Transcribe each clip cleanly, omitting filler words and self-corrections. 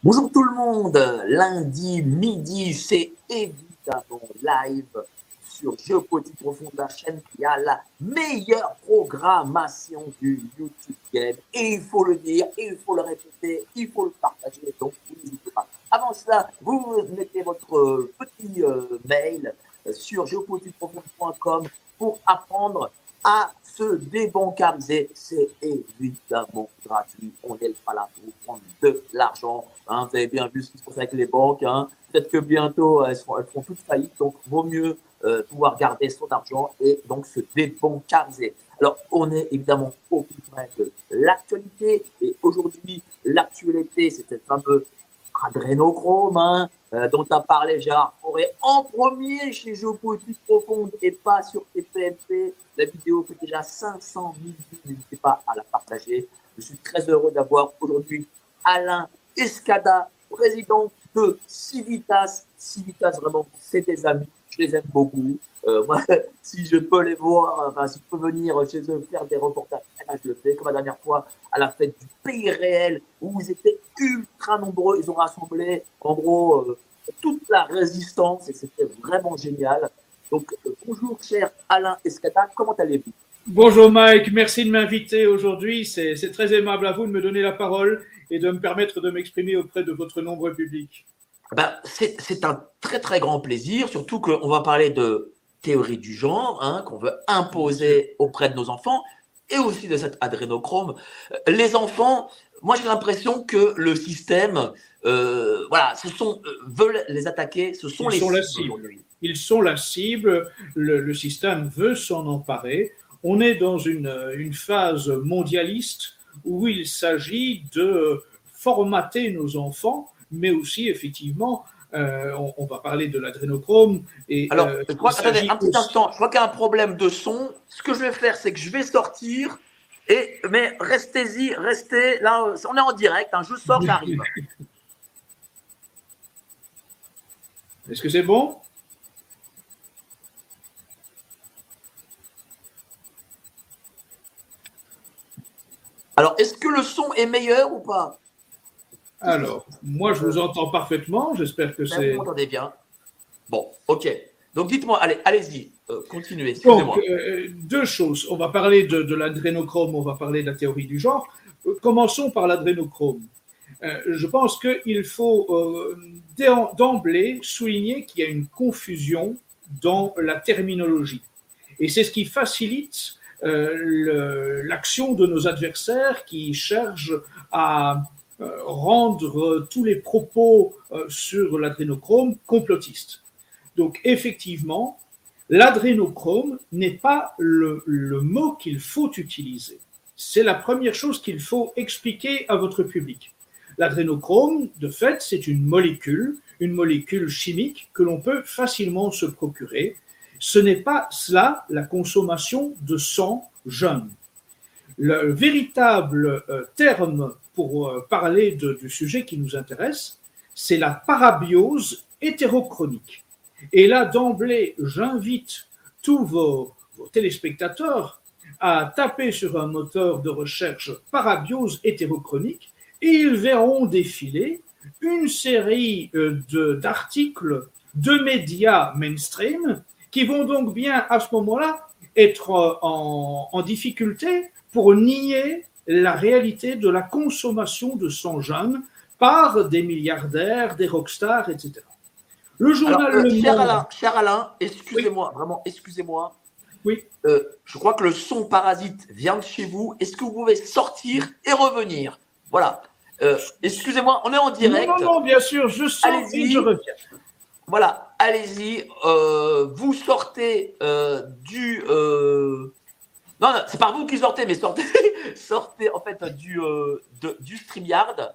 Bonjour tout le monde, lundi midi, c'est évidemment live sur Géopolitique Profonde, la chaîne qui a la meilleure programmation du YouTube Game. Et il faut le dire, et il faut le répéter, il faut le partager, donc n'hésitez pas. Avant cela, vous mettez votre petit mail sur géopolitiqueprofonde.com pour apprendre à se débancariser. C'est évidemment gratuit. On n'est pas là pour prendre de l'argent. Vous avez bien vu ce qui se passe avec les banques. Peut-être que bientôt, elles feront toutes faillite. Donc, vaut mieux pouvoir garder son argent et donc se débancariser. Alors, on est évidemment au plus près de l'actualité. Et aujourd'hui, l'actualité, c'est cette fameuse adrénochrome dont tu as parlé, Gérard Fauré, en premier chez Géopolitique Profonde et pas sur TPMP. La vidéo fait déjà 500 000 vues. N'hésitez pas à la partager. Je suis très heureux d'avoir aujourd'hui Alain Escada, président de Civitas. Civitas, vraiment, c'est des amis. Je les aime beaucoup. Moi, si je peux les voir, si je peux venir chez eux faire des reportages, je le fais. Comme la dernière fois, à la fête du Pays Réel, où ils étaient ultra nombreux. Ils ont rassemblé, en gros, toute la résistance et c'était vraiment génial. Donc, bonjour, cher Alain Escada, comment allez-vous? Bonjour Mike, merci de m'inviter aujourd'hui. C'est très aimable à vous de me donner la parole et de me permettre de m'exprimer auprès de votre nombreux public. C'est un très très grand plaisir, surtout qu'on va parler de théorie du genre, qu'on veut imposer auprès de nos enfants, et aussi de cette adrénochrome. Les enfants, moi j'ai l'impression que le système, veulent les attaquer, ce sont les cibles aujourd'hui. Ils sont la cible, le système veut s'en emparer. On est dans une phase mondialiste où il s'agit de formater nos enfants, mais aussi effectivement, on va parler de l'adrénochrome. Alors, attendez un petit instant, je crois qu'il y a un problème de son. Ce que je vais faire, c'est que je vais sortir, mais restez-y, restez, là, on est en direct, je sors, j'arrive. Est-ce que c'est bon? Alors, est-ce que le son est meilleur ou pas? Alors, moi, je vous entends parfaitement. J'espère que c'est… Vous m'entendez bien? Bon, ok. Donc, dites-moi, allez-y, continuez. Excusez-moi. Donc, deux choses. On va parler de l'adrénochrome, on va parler de la théorie du genre. Commençons par l'adrénochrome. Je pense qu'il faut d'emblée souligner qu'il y a une confusion dans la terminologie. Et c'est ce qui facilite l'action de nos adversaires qui cherchent à rendre tous les propos sur l'adrénochrome complotistes. Donc, effectivement, l'adrénochrome n'est pas le mot qu'il faut utiliser. C'est la première chose qu'il faut expliquer à votre public. L'adrénochrome, de fait, c'est une molécule chimique que l'on peut facilement se procurer. Ce n'est pas cela la consommation de sang jeune. Le véritable terme pour parler du sujet qui nous intéresse, c'est la parabiose hétérochronique. Et là, d'emblée, j'invite tous vos téléspectateurs à taper sur un moteur de recherche parabiose hétérochronique et ils verront défiler une série d'articles de médias mainstream qui vont donc bien, à ce moment-là, être en difficulté pour nier la réalité de la consommation de sang jeune par des milliardaires, des rockstars, etc. Le journal Le Monde… Cher Alain, excusez-moi, oui. Vraiment, excusez-moi. Oui. Je crois que le son parasite vient de chez vous. Est-ce que vous pouvez sortir et revenir? Voilà. Excusez-moi, on est en direct. Non, bien sûr, je sors et je reviens. Voilà, allez-y. Vous sortez du… Non, c'est pas vous qui sortez, mais sortez en fait du StreamYard.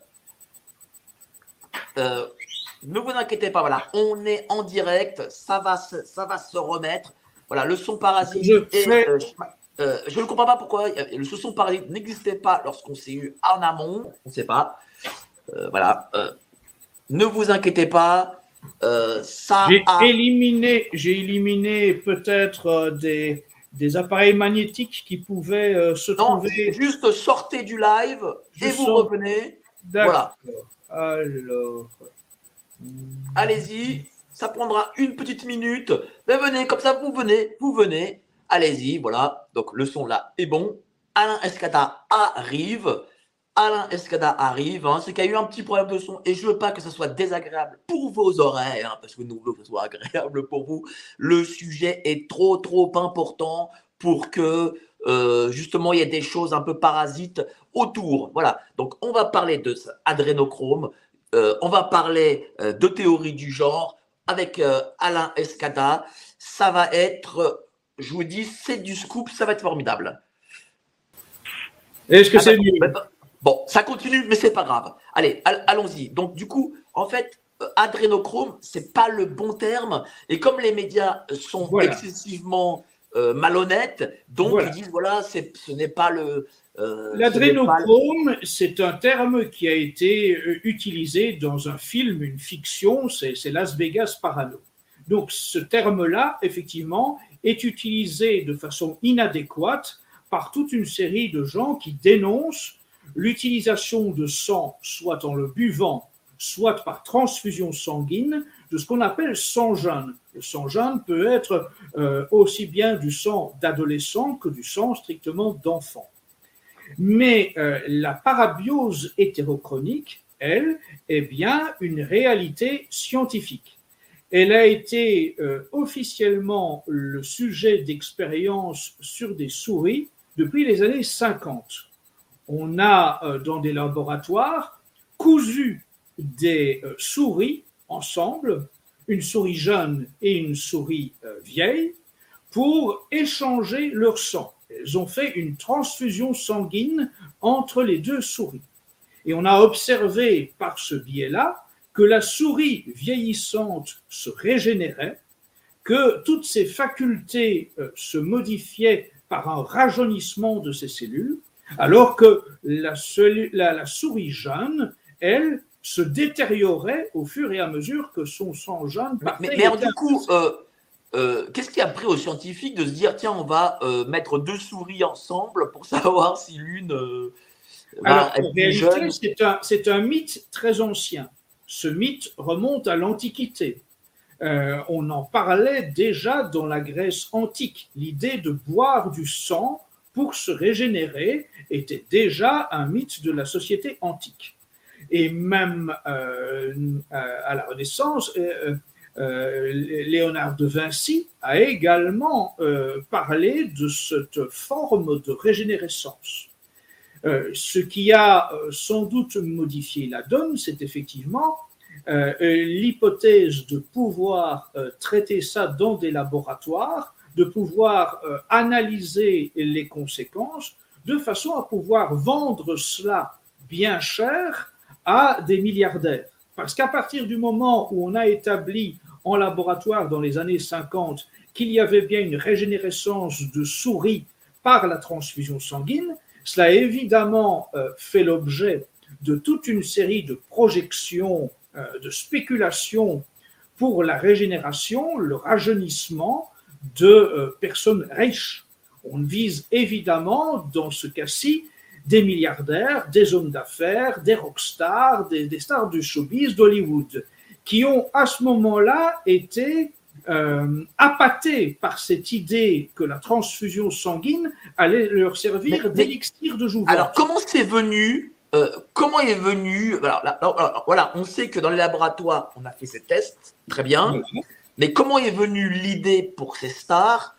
Ne vous inquiétez pas, voilà, on est en direct, ça va se remettre. Voilà, le son parasite. Je ne comprends pas pourquoi le son parasite n'existait pas lorsqu'on s'est eu en amont. On ne sait pas. Voilà. Ne vous inquiétez pas. J'ai éliminé peut-être des appareils magnétiques qui pouvaient se trouver… Juste sortez du live et vous revenez. Voilà. Alors, Allez-y, ça prendra une petite minute. Mais venez, comme ça, vous venez. Allez-y, voilà. Donc le son là est bon. Alain Escada arrive. Hein. C'est qu'il y a eu un petit problème de son et je veux pas que ça soit désagréable pour vos oreilles, hein, parce que nous voulons que ça soit agréable pour vous. Le sujet est trop important pour que justement il y ait des choses un peu parasites autour. Voilà. Donc on va parler de adrénochrome. On va parler de théorie du genre avec Alain Escada. Ça va être, je vous dis, c'est du scoop, ça va être formidable. est-ce que c'est mieux? Bon, ça continue, mais c'est pas grave. Allez, allons-y. Donc, du coup, en fait, adrénochrome, c'est pas le bon terme. Et comme les médias sont excessivement malhonnêtes, donc ils disent voilà, ce n'est pas le. L'adrénochrome, c'est un terme qui a été utilisé dans un film, une fiction, c'est Las Vegas Parano. Donc, ce terme-là, effectivement, est utilisé de façon inadéquate par toute une série de gens qui dénoncent l'utilisation de sang, soit en le buvant, soit par transfusion sanguine, de ce qu'on appelle sang jeune. Le sang jeune peut être aussi bien du sang d'adolescent que du sang strictement d'enfant. Mais la parabiose hétérochronique, elle, est bien une réalité scientifique. Elle a été officiellement le sujet d'expériences sur des souris depuis les années 50. On a, dans des laboratoires, cousu des souris ensemble, une souris jeune et une souris vieille, pour échanger leur sang. Elles ont fait une transfusion sanguine entre les deux souris. Et on a observé par ce biais-là que la souris vieillissante se régénérait, que toutes ses facultés se modifiaient par un rajeunissement de ses cellules, alors que la souris jeune, elle, se détériorait au fur et à mesure que son sang jeune partait. Mais du coup, qu'est-ce qui a pris aux scientifiques de se dire tiens, on va mettre deux souris ensemble pour savoir si l'une va être plus jeune? C'est un mythe très ancien. Ce mythe remonte à l'Antiquité. On en parlait déjà dans la Grèce antique. L'idée de boire du sang pour se régénérer était déjà un mythe de la société antique. Et même à la Renaissance, Léonard de Vinci a également parlé de cette forme de régénérescence. Ce qui a sans doute modifié la donne, c'est effectivement l'hypothèse de pouvoir traiter ça dans des laboratoires, de pouvoir analyser les conséquences, de façon à pouvoir vendre cela bien cher à des milliardaires. Parce qu'à partir du moment où on a établi en laboratoire dans les années 50 qu'il y avait bien une régénérescence de souris par la transfusion sanguine, cela a évidemment fait l'objet de toute une série de projections, de spéculations pour la régénération, le rajeunissement de personnes riches. On vise évidemment, dans ce cas-ci, des milliardaires, des hommes d'affaires, des rockstars, des stars du showbiz d'Hollywood, qui ont à ce moment-là été appâtés par cette idée que la transfusion sanguine allait leur servir d'élixir de jouvence. Alors, comment c'est venu voilà, on sait que dans les laboratoires, on a fait ces tests, très bien, mais comment est venue l'idée pour ces stars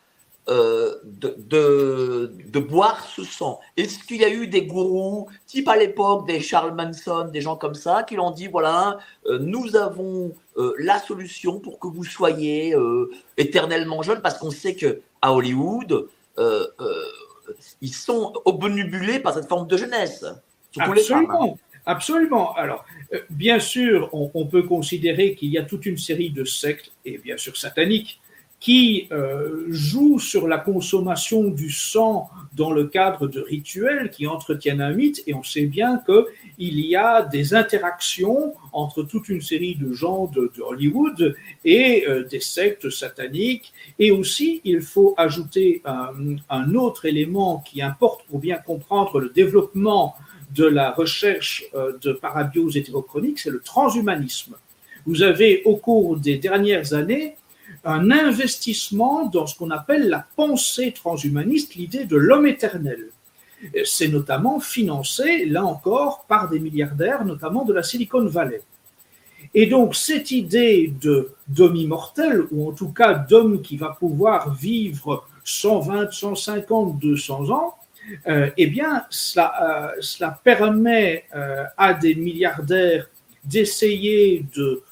de boire ce sang? Est-ce qu'il y a eu des gourous, type à l'époque des Charles Manson, des gens comme ça, qui l'ont dit, voilà, nous avons la solution pour que vous soyez éternellement jeune, parce qu'on sait qu'à Hollywood, ils sont obnubilés par cette forme de jeunesse. Absolument, absolument. Alors, bien sûr, on peut considérer qu'il y a toute une série de sectes, et bien sûr sataniques, qui jouent sur la consommation du sang dans le cadre de rituels qui entretiennent un mythe, et on sait bien qu'il y a des interactions entre toute une série de gens de Hollywood et des sectes sataniques, et aussi il faut ajouter un autre élément qui importe pour bien comprendre le développement de la recherche de parabiose hétérochronique, c'est le transhumanisme. Vous avez, au cours des dernières années, un investissement dans ce qu'on appelle la pensée transhumaniste, l'idée de l'homme éternel. C'est notamment financé, là encore, par des milliardaires, notamment de la Silicon Valley. Et donc, cette idée d'homme immortel, ou en tout cas d'homme qui va pouvoir vivre 120, 150, 200 ans, eh bien, cela permet à des milliardaires d'essayer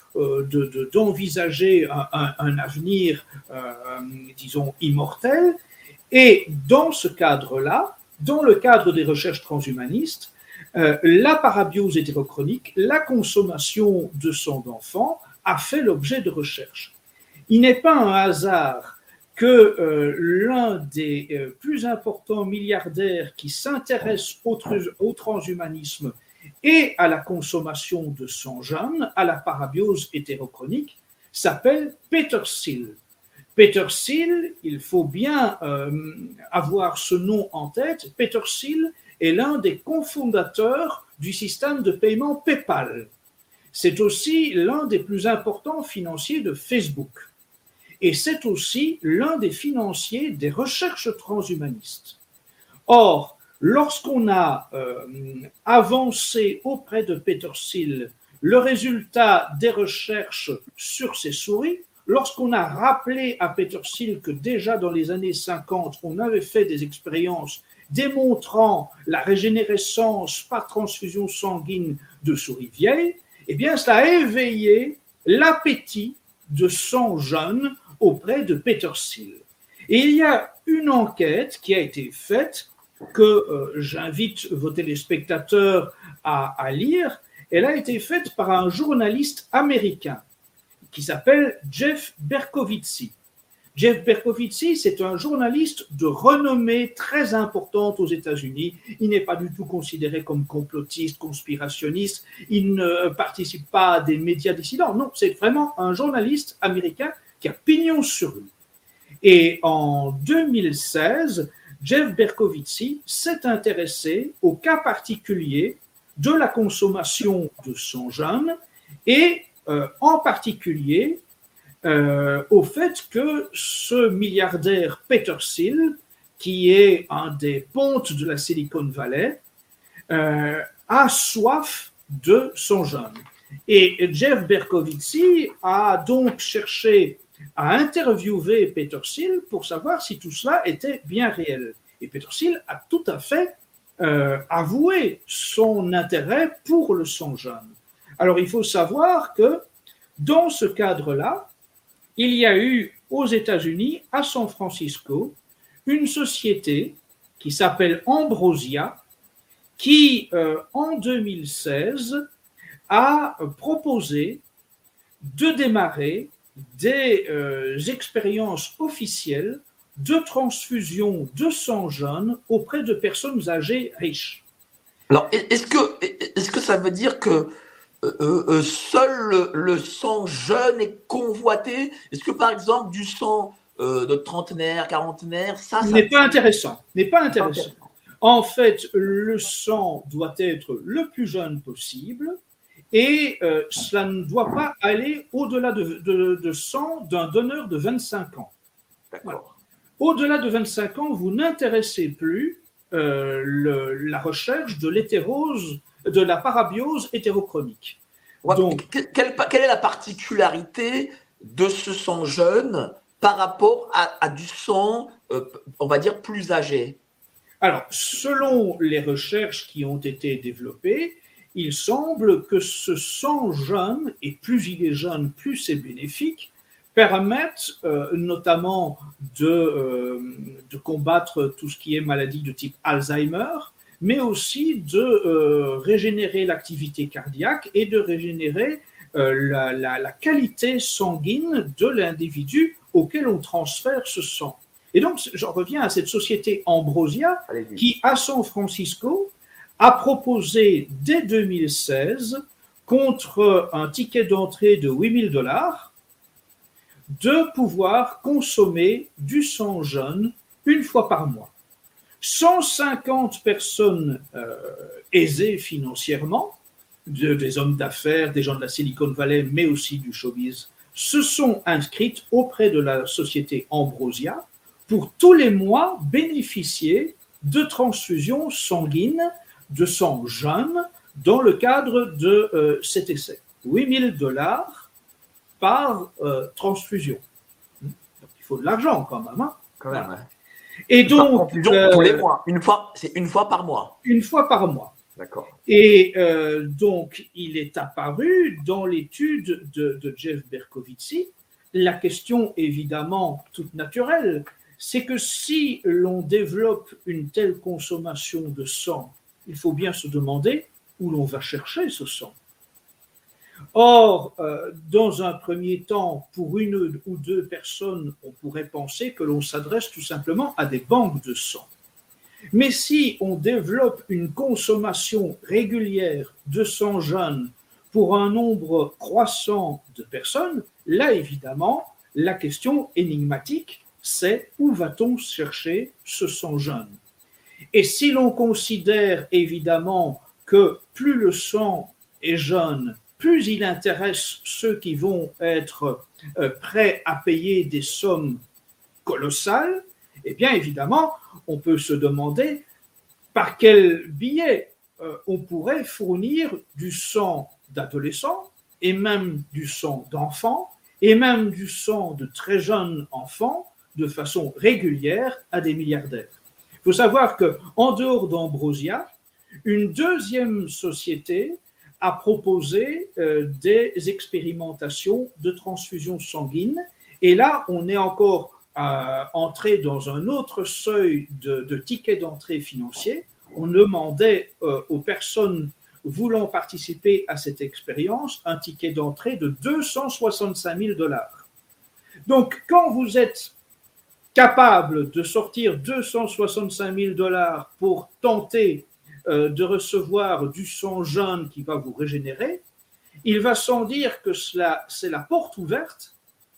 d'envisager un avenir, disons, immortel. Et dans ce cadre-là, dans le cadre des recherches transhumanistes, la parabiose hétérochronique, la consommation de sang d'enfant a fait l'objet de recherches. Il n'est pas un hasard que l'un des plus importants milliardaires qui s'intéresse au transhumanisme et à la consommation de sang jeune, à la parabiose hétérochronique, s'appelle Peter Thiel. Peter Thiel, il faut bien avoir ce nom en tête. Peter Thiel est l'un des cofondateurs du système de paiement PayPal. C'est aussi l'un des plus importants financiers de Facebook. Et c'est aussi l'un des financiers des recherches transhumanistes. Or, lorsqu'on a avancé auprès de Peter Thiel le résultat des recherches sur ces souris, lorsqu'on a rappelé à Peter Thiel que déjà dans les années 50, on avait fait des expériences démontrant la régénérescence par transfusion sanguine de souris vieilles, eh bien, cela a éveillé l'appétit de sang jeune auprès de Peter Thiel. Et il y a une enquête qui a été faite, que j'invite vos téléspectateurs à lire. Elle a été faite par un journaliste américain qui s'appelle Jeff Berkovitzy. Jeff Berkovitzy, c'est un journaliste de renommée très importante aux États-Unis. Il n'est pas du tout considéré comme complotiste, conspirationniste. Il ne participe pas à des médias dissidents. Non, c'est vraiment un journaliste américain qui a pignon sur rue. Et en 2016, Jeff Berkovitzy s'est intéressé au cas particulier de la consommation de sang jeune et en particulier au fait que ce milliardaire Peter Thiel, qui est un des pontes de la Silicon Valley, a soif de sang jeune. Et Jeff Berkovitzy a donc cherché à interviewer Peter Thiel pour savoir si tout cela était bien réel. Et Peter Thiel a tout à fait avoué son intérêt pour le sang jeune. Alors, il faut savoir que dans ce cadre-là, il y a eu aux États-Unis, à San Francisco, une société qui s'appelle Ambrosia, qui, en 2016, a proposé de démarrer des expériences officielles de transfusion de sang jeune auprès de personnes âgées riches. Alors, est-ce que ça veut dire que seul le sang jeune est convoité? Est-ce que, par exemple, du sang de trentenaire, quarantenaire, ça n'est pas intéressant. N'est pas intéressant. En fait, le sang doit être le plus jeune possible et cela ne doit pas aller au-delà de sang d'un donneur de 25 ans. D'accord. Au-delà de 25 ans, vous n'intéressez plus la recherche de la parabiose hétérochronique. Ouais, donc, quelle est la particularité de ce sang jeune par rapport à du sang, on va dire, plus âgé? Alors, selon les recherches qui ont été développées, il semble que ce sang jeune, et plus il est jeune, plus c'est bénéfique, permettent notamment de combattre tout ce qui est maladie de type Alzheimer, mais aussi de régénérer l'activité cardiaque et de régénérer la qualité sanguine de l'individu auquel on transfère ce sang. Et donc, j'en reviens à cette société Ambrosia qui, à San Francisco, a proposé dès 2016, contre un ticket d'entrée de $8,000, de pouvoir consommer du sang jeune une fois par mois. 150 personnes aisées financièrement, des hommes d'affaires, des gens de la Silicon Valley, mais aussi du showbiz, se sont inscrites auprès de la société Ambrosia pour tous les mois bénéficier de transfusions sanguines de sang jeune dans le cadre de cet essai. $8,000 par transfusion. Donc, il faut de l'argent quand même. Hein. Quand même, ouais. Et donc, tous les mois, c'est une fois par mois. Une fois par mois. D'accord. Et donc, il est apparu dans l'étude de Jeff Berkovitz, la question évidemment toute naturelle, c'est que si l'on développe une telle consommation de sang, il faut bien se demander où l'on va chercher ce sang. Or, dans un premier temps, pour une ou deux personnes, on pourrait penser que l'on s'adresse tout simplement à des banques de sang. Mais si on développe une consommation régulière de sang jeune pour un nombre croissant de personnes, là, évidemment, la question énigmatique, c'est où va-t-on chercher ce sang jeune? Et si l'on considère évidemment que plus le sang est jeune, plus il intéresse ceux qui vont être prêts à payer des sommes colossales, eh bien évidemment, on peut se demander par quel biais on pourrait fournir du sang d'adolescents et même du sang d'enfants et même du sang de très jeunes enfants de façon régulière à des milliardaires. Il faut savoir qu'en dehors d'Ambrosia, une deuxième société a proposé des expérimentations de transfusion sanguine. Et là, on est encore entré dans un autre seuil de ticket d'entrée financier. On demandait aux personnes voulant participer à cette expérience un ticket d'entrée de $265,000. Donc, quand vous êtes capable de sortir $265,000 pour tenter de recevoir du sang jeune qui va vous régénérer, il va sans dire que c'est la porte ouverte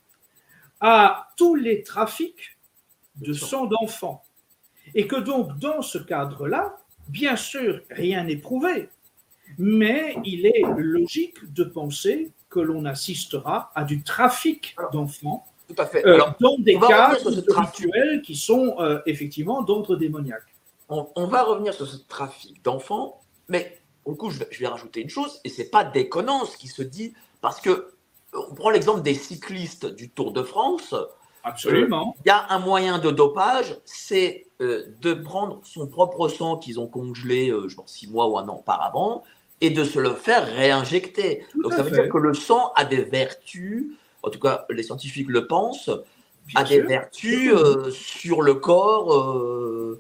à tous les trafics de sang d'enfants. Et que donc, dans ce cadre-là, bien sûr, rien n'est prouvé, mais il est logique de penser que l'on assistera à du trafic d'enfants. Tout à fait. Dans des cas rituels qui sont effectivement d'ordre démoniaque. On va revenir sur ce trafic d'enfants, mais au coup, je vais rajouter une chose, et c'est pas déconnant ce qui se dit, parce que on prend l'exemple des cyclistes du Tour de France. Absolument. Il y a un moyen de dopage, c'est de prendre son propre sang qu'ils ont congelé, je pense 6 mois ou 1 an auparavant, et de se le faire réinjecter. Donc ça veut dire que le sang a des vertus, en tout cas les scientifiques le pensent, des vertus sur le corps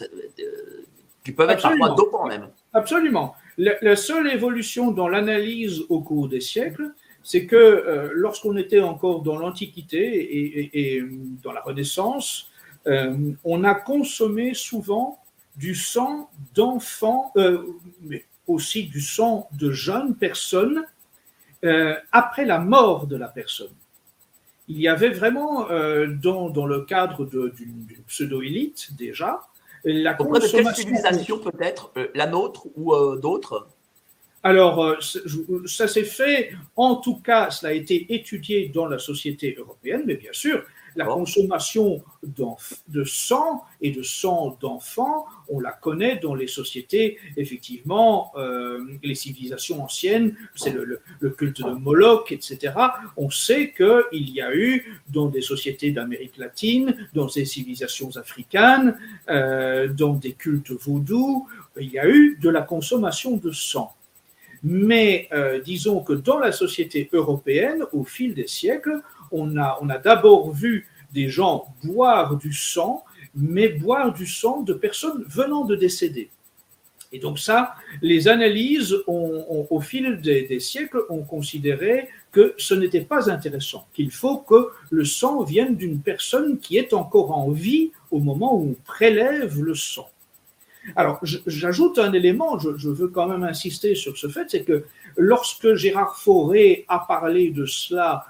qui peuvent être parfois dopants même. Absolument. La seule évolution dans l'analyse au cours des siècles, c'est que lorsqu'on était encore dans l'Antiquité et dans la Renaissance, on a consommé souvent du sang d'enfants, mais aussi du sang de jeunes personnes après la mort de la personne. Il y avait vraiment, dans le cadre d'une pseudo-élite déjà, la consommation… De quelle civilisation peut-être, la nôtre ou d'autres? Alors, ça s'est fait, en tout cas, cela a été étudié dans la société européenne, mais bien sûr, la consommation de sang et de sang d'enfants, on la connaît dans les sociétés, effectivement, les civilisations anciennes, c'est le culte de Moloch, etc. On sait qu'il y a eu, dans des sociétés d'Amérique latine, dans des civilisations africaines, dans des cultes vaudous, il y a eu de la consommation de sang. Mais disons que dans la société européenne, au fil des siècles, on a d'abord vu des gens boire du sang, mais boire du sang de personnes venant de décéder. Et donc ça, les analyses au fil des siècles ont considéré que ce n'était pas intéressant, qu'il faut que le sang vienne d'une personne qui est encore en vie au moment où on prélève le sang. Alors, j'ajoute un élément, je veux quand même insister sur ce fait, c'est que lorsque Gérard Fauré a parlé de cela,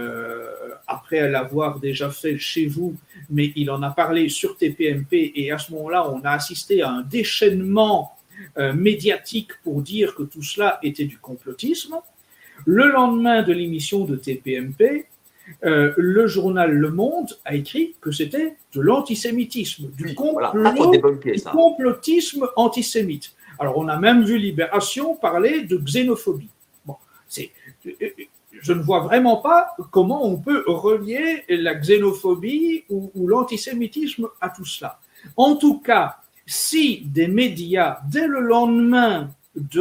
après l'avoir déjà fait chez vous, mais il en a parlé sur TPMP, et à ce moment-là, on a assisté à un déchaînement médiatique pour dire que tout cela était du complotisme. Le lendemain de l'émission de TPMP, le journal Le Monde a écrit que c'était de l'antisémitisme, du complotisme antisémite. Alors, on a même vu Libération parler de xénophobie. Bon, je ne vois vraiment pas comment on peut relier la xénophobie ou l'antisémitisme à tout cela. En tout cas, si des médias, dès le lendemain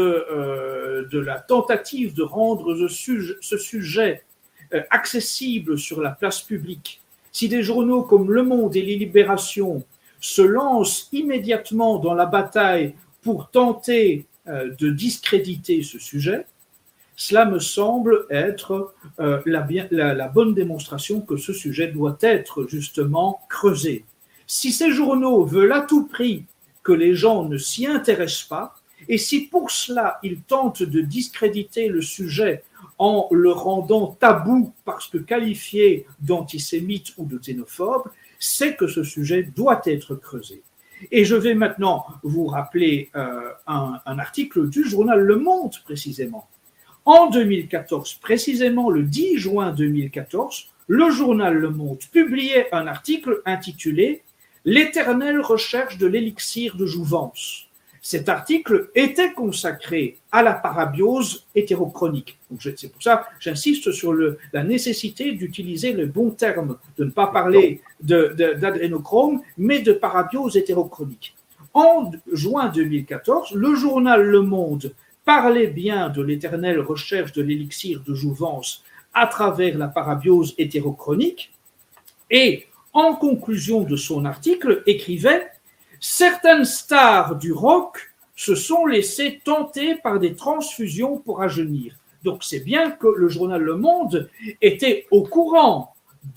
de la tentative de rendre ce sujet accessible sur la place publique, si des journaux comme Le Monde et Les Libérations se lancent immédiatement dans la bataille pour tenter de discréditer ce sujet, cela me semble être la bonne démonstration que ce sujet doit être justement creusé. Si ces journaux veulent à tout prix que les gens ne s'y intéressent pas, et si pour cela ils tentent de discréditer le sujet en le rendant tabou parce que qualifié d'antisémite ou de xénophobe, c'est que ce sujet doit être creusé. Et je vais maintenant vous rappeler un article du journal Le Monde, précisément. En 2014, précisément le 10 juin 2014, le journal Le Monde publiait un article intitulé « L'éternelle recherche de l'élixir de jouvence ». Cet article était consacré à la parabiose hétérochronique. Donc c'est pour ça que j'insiste sur la nécessité d'utiliser le bon terme, de ne pas parler d'adrénochrome, mais de parabiose hétérochronique. En juin 2014, le journal Le Monde parlait bien de l'éternelle recherche de l'élixir de jouvence à travers la parabiose hétérochronique, et en conclusion de son article, écrivait « Certaines stars du rock se sont laissées tenter par des transfusions pour rajeunir ». Donc c'est bien que le journal Le Monde était au courant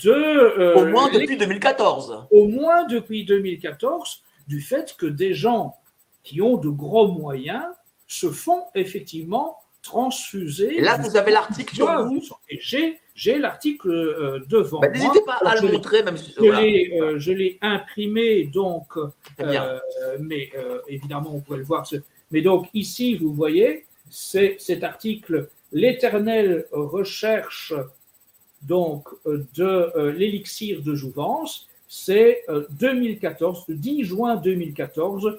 au moins depuis 2014. Au moins depuis 2014, du fait que des gens qui ont de gros moyens se font effectivement transfuser. Et là, vous avez l'article sur vous. Et j'ai l'article devant moi. N'hésitez pas à le montrer, même si je l'ai imprimé, donc, mais évidemment, on pourrait le voir. Mais donc, ici, vous voyez, c'est cet article, l'éternelle recherche donc, de l'élixir de jouvence. C'est 2014, le 10 juin 2014,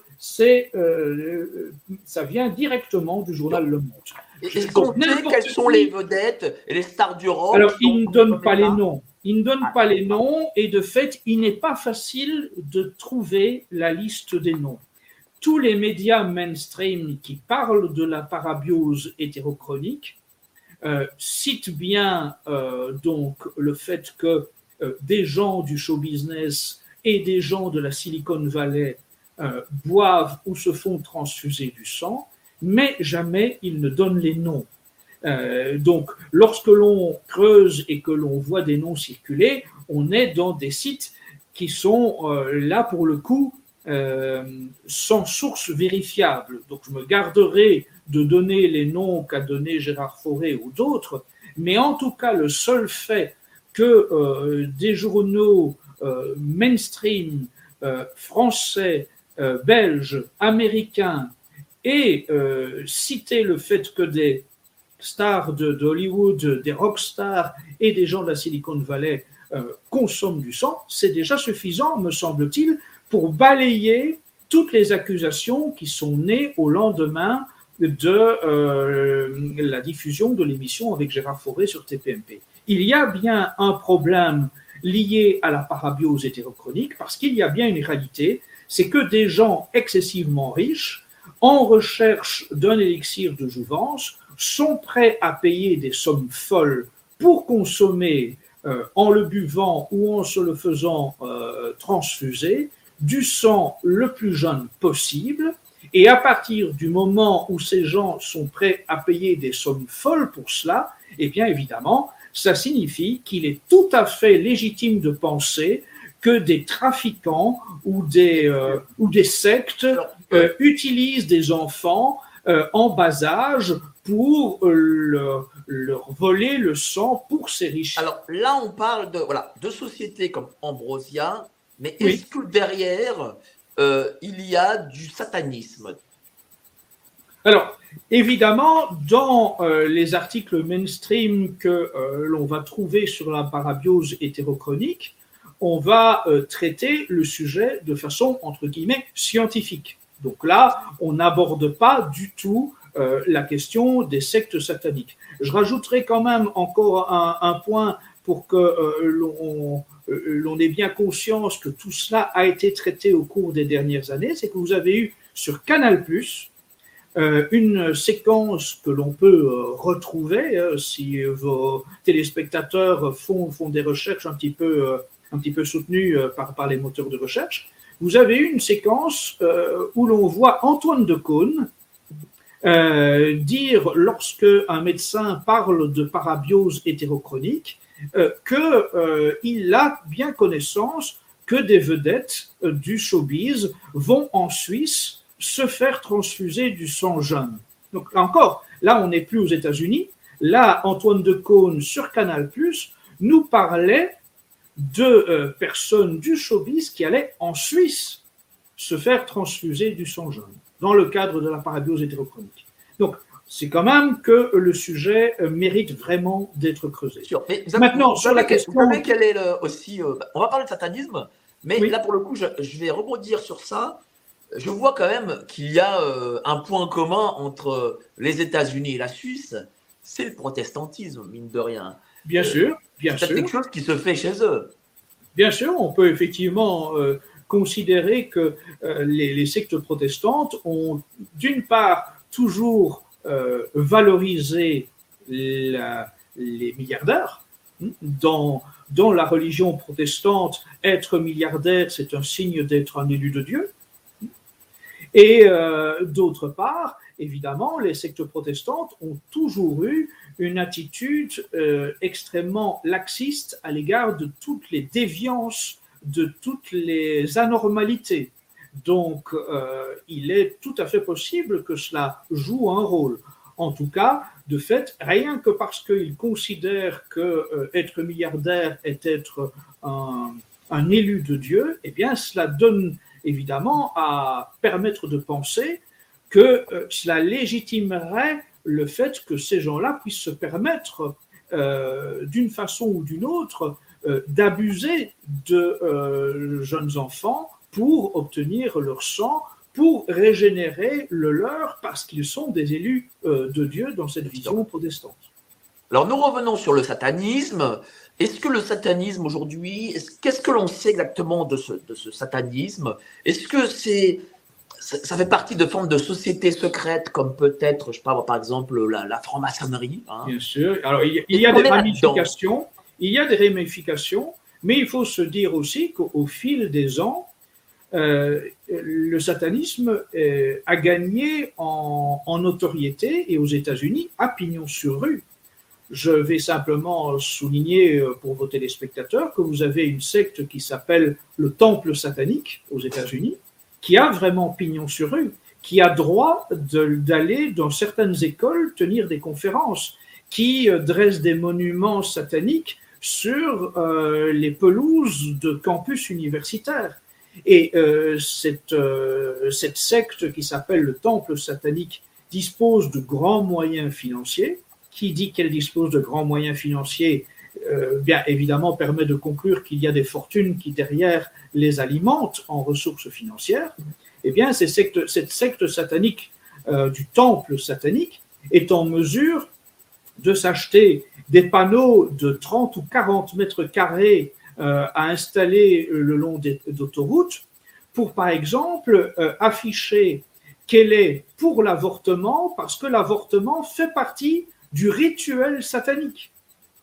ça vient directement du journal Le Monde. Est-ce qu'on sait quelles sont les vedettes et les stars du rock? Alors, il ne donne pas les noms. Il ne donne pas les noms et de fait, il n'est pas facile de trouver la liste des noms. Tous les médias mainstream qui parlent de la parabiose hétérochronique citent bien donc le fait que des gens du show business et des gens de la Silicon Valley boivent ou se font transfuser du sang, mais jamais ils ne donnent les noms. Donc, lorsque l'on creuse et que l'on voit des noms circuler, on est dans des sites qui sont là pour le coup sans source vérifiable. Donc, je me garderai de donner les noms qu'a donné Gérard Fauré ou d'autres, mais en tout cas, le seul fait que des journaux mainstream français, belges, américains aient cité le fait que des stars d'Hollywood, des rockstars et des gens de la Silicon Valley consomment du sang, c'est déjà suffisant, me semble-t-il, pour balayer toutes les accusations qui sont nées au lendemain de la diffusion de l'émission avec Gérard Fauré sur TPMP. Il y a bien un problème lié à la parabiose hétérochronique parce qu'il y a bien une réalité, c'est que des gens excessivement riches, en recherche d'un élixir de jouvence, sont prêts à payer des sommes folles pour consommer, en le buvant ou en se le faisant transfuser, du sang le plus jeune possible. Et à partir du moment où ces gens sont prêts à payer des sommes folles pour cela, eh bien évidemment, ça signifie qu'il est tout à fait légitime de penser que des trafiquants ou des sectes utilisent des enfants en bas âge pour leur voler le sang pour s'enrichir. Alors là, on parle de sociétés comme Ambrosia, mais Oui. est-ce que derrière, il y a du satanisme? Alors, évidemment, dans les articles mainstream que l'on va trouver sur la parabiose hétérochronique, on va traiter le sujet de façon, entre guillemets, scientifique. Donc là, on n'aborde pas du tout la question des sectes sataniques. Je rajouterai quand même encore un point pour que l'on ait bien conscience que tout cela a été traité au cours des dernières années, c'est que vous avez eu sur Canal+, une séquence que l'on peut retrouver si vos téléspectateurs font des recherches un petit peu soutenues par les moteurs de recherche. Vous avez une séquence où l'on voit Antoine de Caunes dire, lorsque un médecin parle de parabiose hétérochronique, qu'il a bien connaissance que des vedettes du showbiz vont en Suisse se faire transfuser du sang jeune. Donc là encore, là on n'est plus aux États-Unis. Là, Antoine de Caunes sur Canal+ nous parlait de personnes du showbiz qui allaient en Suisse se faire transfuser du sang jaune dans le cadre de la parabiose hétérochronique. Donc, c'est quand même que le sujet mérite vraiment d'être creusé. Mais maintenant, sur la question... Vous savez quel est aussi... on va parler de satanisme, mais oui. Là, pour le coup, je vais rebondir sur ça. Je vois quand même qu'il y a un point commun entre les États-Unis et la Suisse, c'est le protestantisme, mine de rien. Bien sûr, bien sûr. C'est quelque chose qui se fait chez eux. Bien sûr, on peut effectivement considérer que les sectes protestantes ont, d'une part, toujours valorisé les milliardaires. Dans la religion protestante, être milliardaire, c'est un signe d'être un élu de Dieu. Et d'autre part, évidemment, les sectes protestantes ont toujours eu une attitude extrêmement laxiste à l'égard de toutes les déviances, de toutes les anormalités. Donc, il est tout à fait possible que cela joue un rôle. En tout cas, de fait, rien que parce qu'ils considèrent que être milliardaire est être un élu de Dieu, eh bien, cela donne évidemment à permettre de penser que cela légitimerait le fait que ces gens-là puissent se permettre d'une façon ou d'une autre d'abuser de jeunes enfants pour obtenir leur sang, pour régénérer le leur parce qu'ils sont des élus de Dieu dans cette vision protestante. Alors nous revenons sur le satanisme. Est-ce que le satanisme aujourd'hui, qu'est-ce que l'on sait exactement de ce satanisme? Est-ce que ça fait partie de formes de sociétés secrètes comme peut-être, je sais pas, par exemple, la franc-maçonnerie, hein? Bien sûr. Alors il y a des ramifications. Il y a des ramifications, mais il faut se dire aussi qu'au fil des ans, le satanisme a gagné en notoriété et aux États-Unis à pignon sur rue. Je vais simplement souligner pour vos téléspectateurs que vous avez une secte qui s'appelle le Temple satanique aux États-Unis, qui a vraiment pignon sur rue, qui a droit d'aller dans certaines écoles tenir des conférences, qui dresse des monuments sataniques sur les pelouses de campus universitaires. Et cette secte qui s'appelle le Temple satanique dispose de grands moyens financiers. Qui dit qu'elle dispose de grands moyens financiers, bien évidemment permet de conclure qu'il y a des fortunes qui derrière les alimentent en ressources financières. Eh bien, cette secte satanique du temple satanique est en mesure de s'acheter des panneaux de 30 ou 40 mètres carrés à installer le long d'autoroutes pour, par exemple, afficher qu'elle est pour l'avortement parce que l'avortement fait partie du rituel satanique.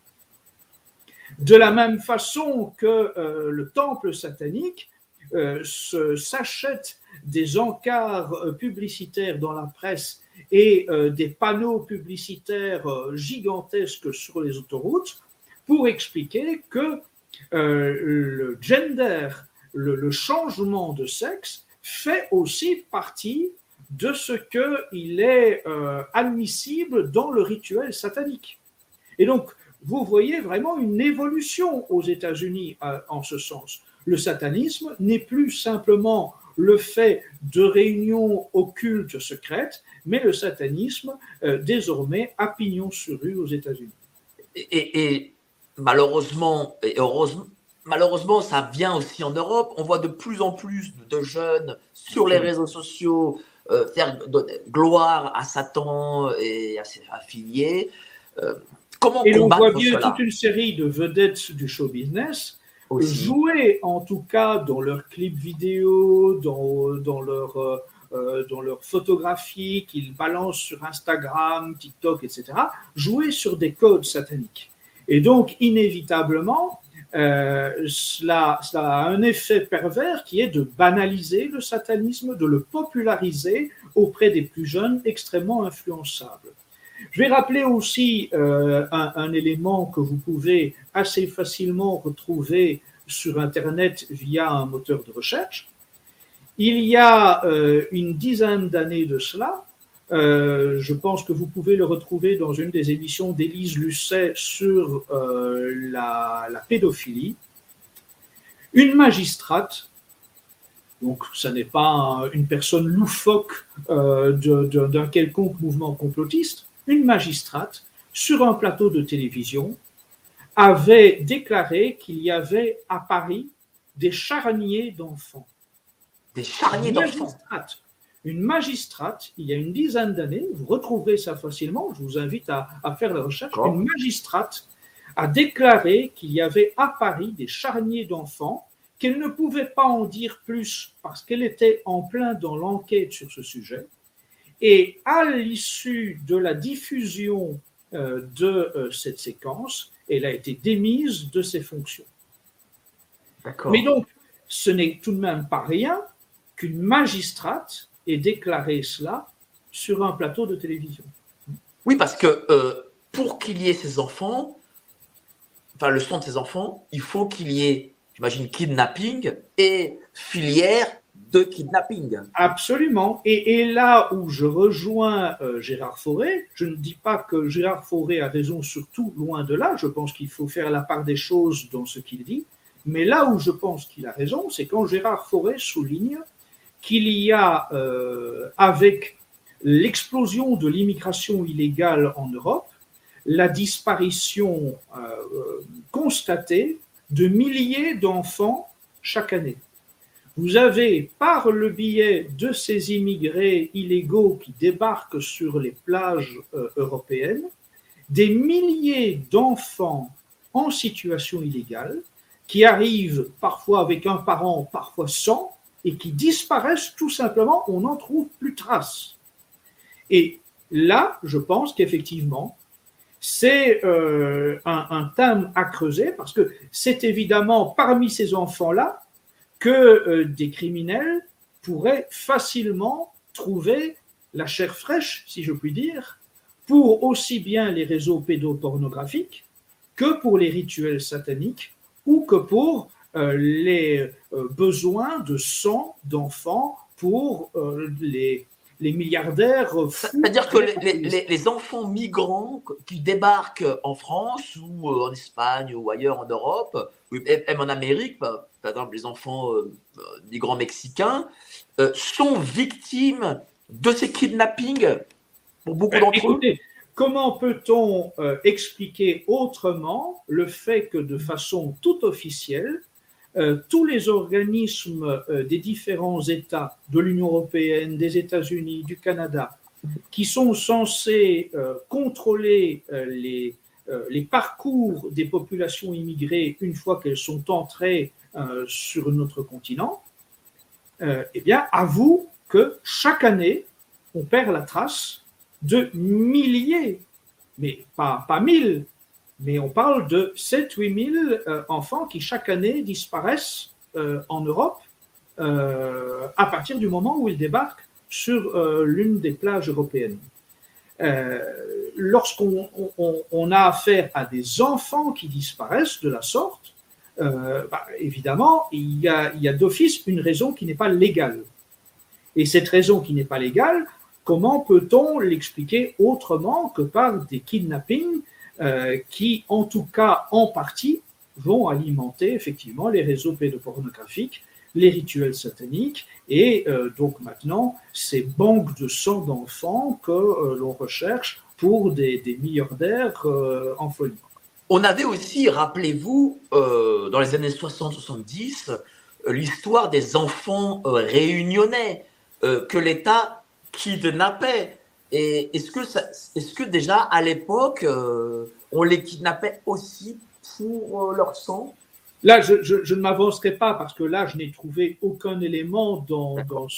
De la même façon que le temple satanique s'achète des encarts publicitaires dans la presse et des panneaux publicitaires gigantesques sur les autoroutes pour expliquer que le gender, le changement de sexe, fait aussi partie de ce qu'il est admissible dans le rituel satanique. Et donc, vous voyez vraiment une évolution aux États-Unis en ce sens. Le satanisme n'est plus simplement le fait de réunions occultes secrètes, mais le satanisme, désormais, a pignon sur rue aux États-Unis. Et malheureusement, et heureusement, malheureusement, ça vient aussi en Europe. On voit de plus en plus de jeunes sur les réseaux sociaux faire gloire à Satan et à ses affiliés. Comment et combattre on voit bien cela? toute une série de vedettes du show business Aussi. jouer, en tout cas dans leurs clips vidéo, dans leur photographie qu'ils balancent sur Instagram, TikTok, etc., jouer sur des codes sataniques. Et donc, inévitablement, cela a un effet pervers qui est de banaliser le satanisme, de le populariser auprès des plus jeunes extrêmement influençables. Je vais rappeler aussi un élément que vous pouvez assez facilement retrouver sur Internet via un moteur de recherche. Il y a une dizaine d'années de cela, je pense que vous pouvez le retrouver dans une des émissions d'Élise Lucet sur la pédophilie. Une magistrate, donc ça n'est pas une personne loufoque d'un quelconque mouvement complotiste, une magistrate, sur un plateau de télévision, avait déclaré qu'il y avait à Paris des charniers d'enfants. Des charniers d'enfants. Une magistrate, il y a une dizaine d'années, vous retrouverez ça facilement, je vous invite à faire la recherche, une magistrate a déclaré qu'il y avait à Paris des charniers d'enfants, qu'elle ne pouvait pas en dire plus parce qu'elle était en plein dans l'enquête sur ce sujet. Et à l'issue de la diffusion de cette séquence, elle a été démise de ses fonctions. D'accord. Mais donc, ce n'est tout de même pas rien qu'une magistrate ait déclaré cela sur un plateau de télévision. Oui, parce que pour qu'il y ait ces enfants, enfin le sang de ces enfants, il faut qu'il y ait, j'imagine, kidnapping et filière de kidnapping. Absolument. Et là où je rejoins Gérard Fauré, je ne dis pas que Gérard Fauré a raison sur tout, loin de là. Je pense qu'il faut faire la part des choses dans ce qu'il dit. Mais là où je pense qu'il a raison, c'est quand Gérard Fauré souligne qu'il y a, avec l'explosion de l'immigration illégale en Europe, la disparition constatée de milliers d'enfants chaque année. Vous avez, par le biais de ces immigrés illégaux qui débarquent sur les plages européennes, des milliers d'enfants en situation illégale qui arrivent parfois avec un parent, parfois sans, et qui disparaissent tout simplement, on n'en trouve plus trace. Et là, je pense qu'effectivement, c'est un thème à creuser parce que c'est évidemment parmi ces enfants-là que des criminels pourraient facilement trouver la chair fraîche, si je puis dire, pour aussi bien les réseaux pédopornographiques que pour les rituels sataniques ou que pour les besoins de sang d'enfants pour les milliardaires fous. C'est-à-dire que les enfants migrants qui débarquent en France ou en Espagne ou ailleurs en Europe, ou même en Amérique, par exemple les enfants migrants mexicains, sont victimes de ces kidnappings pour beaucoup d'entre eux. Comment peut-on expliquer autrement le fait que de façon tout officielle, tous les organismes des différents États de l'Union européenne, des États-Unis, du Canada, qui sont censés contrôler les parcours des populations immigrées une fois qu'elles sont entrées sur notre continent, eh bien, avouent que chaque année, on perd la trace de milliers, mais pas 1000, mais on parle de 7-8 000 enfants qui chaque année disparaissent en Europe à partir du moment où ils débarquent sur l'une des plages européennes. Lorsqu'on a affaire à des enfants qui disparaissent de la sorte, évidemment, il y a d'office une raison qui n'est pas légale. Et cette raison qui n'est pas légale, comment peut-on l'expliquer autrement que par des kidnappings qui, en tout cas en partie, vont alimenter effectivement les réseaux pédopornographiques, les rituels sataniques et donc maintenant ces banques de sang d'enfants que l'on recherche pour des milliardaires en folie. On avait aussi, rappelez-vous, dans les années 60-70, l'histoire des enfants réunionnais que l'État kidnappait. Et est-ce que déjà à l'époque, on les kidnappait aussi pour leur sang? Là, je ne m'avancerai pas parce que là, je n'ai trouvé aucun élément dans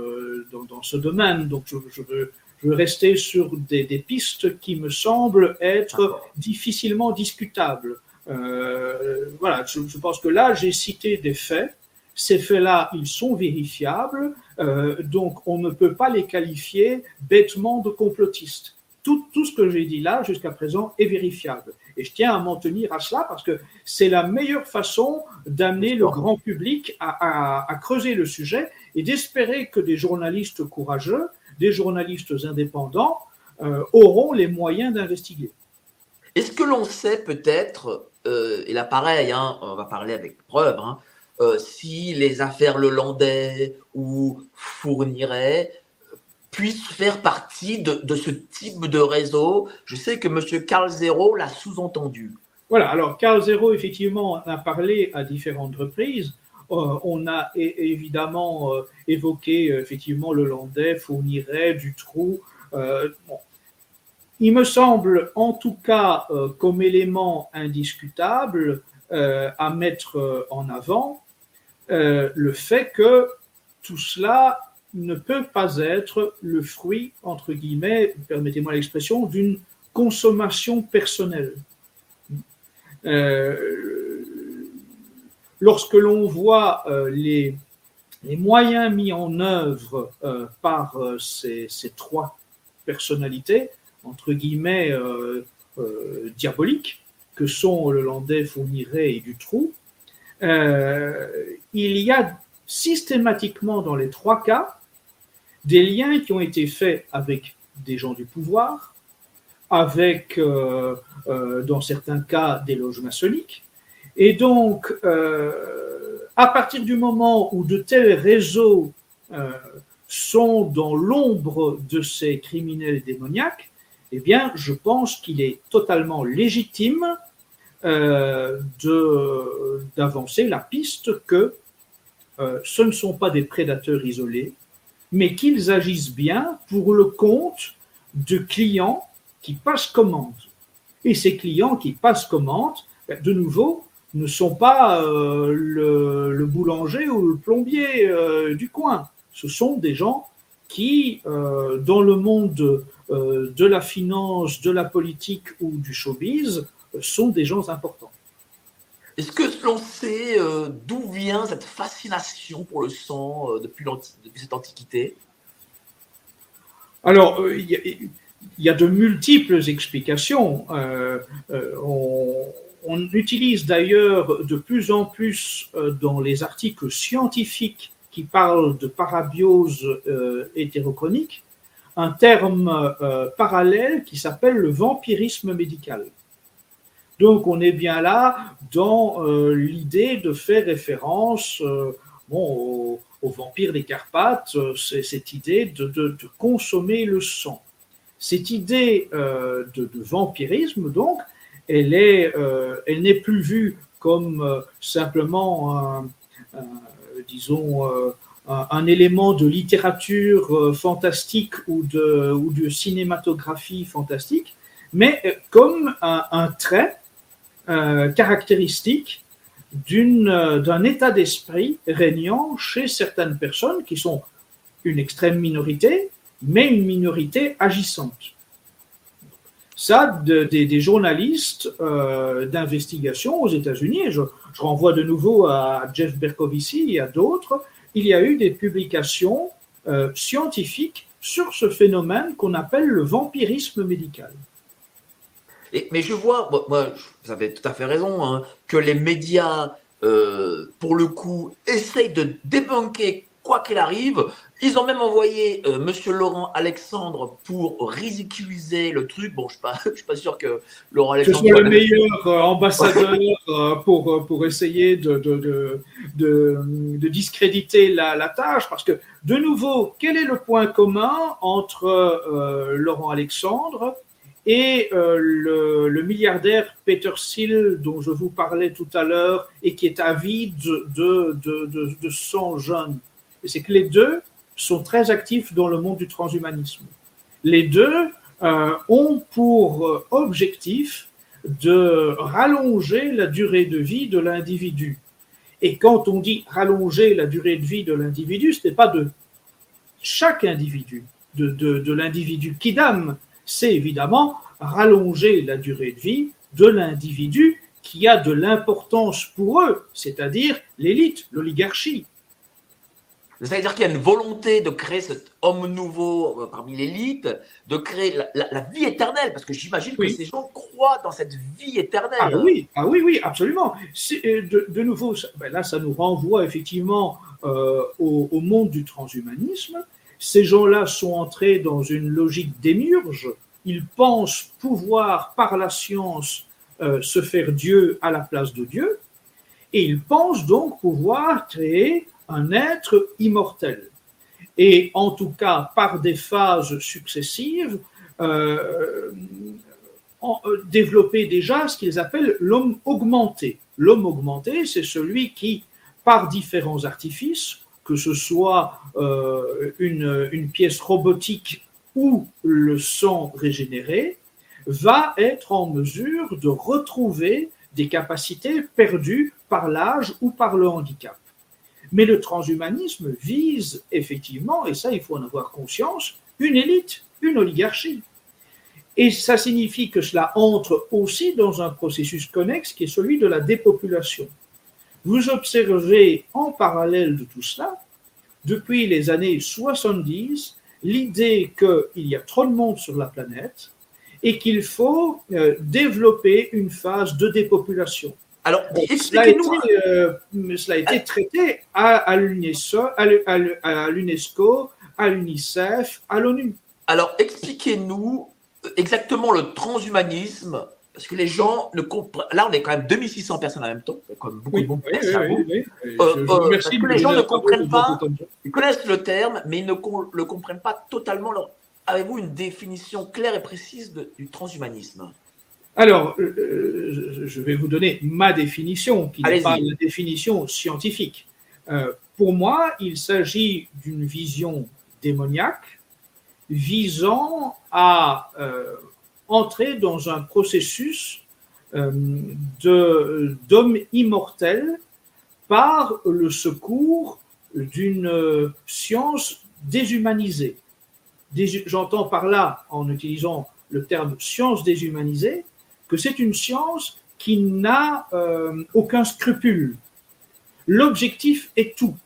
ce domaine. Donc, je veux rester sur des pistes qui me semblent être difficilement discutables. Voilà, je pense que là, j'ai cité des faits. Ces faits-là, ils sont vérifiables. Donc, on ne peut pas les qualifier bêtement de complotistes. Tout ce que j'ai dit là, jusqu'à présent, est vérifiable. Et je tiens à m'en tenir à cela parce que c'est la meilleure façon d'amener le grand public à creuser le sujet et d'espérer que des journalistes courageux, des journalistes indépendants auront les moyens d'investiguer. Est-ce que l'on sait peut-être, et là pareil, on va parler avec preuve, si les affaires Lelandais ou Fourniret puissent faire partie de ce type de réseau? Je sais que M. Karl Zéro l'a sous-entendu. Voilà, alors Karl Zéro, effectivement, a parlé à différentes reprises. On a évidemment évoqué effectivement Lelandais, Fourniret, Dutroux. Bon. Il me semble, en tout cas, comme élément indiscutable à mettre en avant, le fait que tout cela ne peut pas être le fruit, entre guillemets, permettez-moi l'expression, d'une consommation personnelle. Lorsque l'on voit les moyens mis en œuvre par ces trois personnalités, entre guillemets, diaboliques, que sont Lelandais, Fourniret et Dutroux, il y a systématiquement dans les trois cas des liens qui ont été faits avec des gens du pouvoir, avec, dans certains cas, des loges maçonniques. Et donc, à partir du moment où de tels réseaux sont dans l'ombre de ces criminels démoniaques, eh bien, je pense qu'il est totalement légitime d'avancer la piste que ce ne sont pas des prédateurs isolés, mais qu'ils agissent bien pour le compte de clients qui passent commande. Et ces clients qui passent commande, de nouveau, ne sont pas le boulanger ou le plombier du coin. Ce sont des gens qui, dans le monde de la finance, de la politique ou du showbiz, sont des gens importants. Est-ce que l'on sait d'où vient cette fascination pour le sang depuis cette antiquité? Alors, il y a de multiples explications. On utilise d'ailleurs de plus en plus dans les articles scientifiques qui parlent de parabiose hétérochronique un terme parallèle qui s'appelle le vampirisme médical. Donc, on est bien là dans l'idée de faire référence au vampire des Carpates, c'est cette idée de consommer le sang. Cette idée de vampirisme, donc, elle n'est plus vue comme simplement un élément de littérature fantastique ou de cinématographie fantastique, mais comme un trait caractéristique d'un état d'esprit régnant chez certaines personnes qui sont une extrême minorité, mais une minorité agissante. Ça, des journalistes d'investigation aux États-Unis, et je renvoie de nouveau à Jeff Bercovici et à d'autres, il y a eu des publications scientifiques sur ce phénomène qu'on appelle le vampirisme médical. Mais je vois, moi, vous avez tout à fait raison, que les médias, pour le coup, essayent de débunker quoi qu'il arrive. Ils ont même envoyé Monsieur Laurent Alexandre pour ridiculiser le truc. Bon, je suis pas sûr que Laurent Que ce Alexandre soit le meilleur ambassadeur pour essayer de discréditer la tâche, parce que, de nouveau, quel est le point commun entre Laurent Alexandre et le milliardaire Peter Thiel dont je vous parlais tout à l'heure et qui est avide de sang jeune? C'est que les deux sont très actifs dans le monde du transhumanisme. Les deux ont pour objectif de rallonger la durée de vie de l'individu. Et quand on dit rallonger la durée de vie de l'individu, ce n'est pas de chaque individu, de l'individu Kidam, c'est évidemment rallonger la durée de vie de l'individu qui a de l'importance pour eux, c'est-à-dire l'élite, l'oligarchie. C'est-à-dire qu'il y a une volonté de créer cet homme nouveau parmi l'élite, de créer la vie éternelle, parce que j'imagine que ces gens croient dans cette vie éternelle. Ah oui, absolument. De nouveau, là, ça nous renvoie effectivement au monde du transhumanisme. Ces gens-là sont entrés dans une logique démiurge. Ils pensent pouvoir, par la science, se faire Dieu à la place de Dieu, et ils pensent donc pouvoir créer un être immortel. Et en tout cas, par des phases successives, développer déjà ce qu'ils appellent l'homme augmenté. L'homme augmenté, c'est celui qui, par différents artifices, que ce soit une pièce robotique ou le sang régénéré, va être en mesure de retrouver des capacités perdues par l'âge ou par le handicap. Mais le transhumanisme vise effectivement, et ça il faut en avoir conscience, une élite, une oligarchie. Et ça signifie que cela entre aussi dans un processus connexe qui est celui de la dépopulation. Vous observez en parallèle de tout cela, depuis les années 70, l'idée qu'il y a trop de monde sur la planète et qu'il faut développer une phase de dépopulation. Alors, expliquez-nous. Cela a été traité à l'UNESCO, à l'UNICEF, à l'ONU. Alors, expliquez-nous exactement le transhumanisme, parce que les gens ne comprennent. Là, on est quand même 2600 personnes en même temps, comme beaucoup de monde. Parce que les gens ne comprennent pas, ils connaissent le terme, mais ils ne le comprennent pas totalement. Alors, avez-vous une définition claire et précise du transhumanisme ? Alors, je vais vous donner ma définition, qui n'est pas la définition scientifique. Pour moi, il s'agit d'une vision démoniaque visant à entrer dans un processus d'homme immortel par le secours d'une science déshumanisée. J'entends par là, en utilisant le terme science déshumanisée, que c'est une science qui n'a aucun scrupule. L'objectif est tout.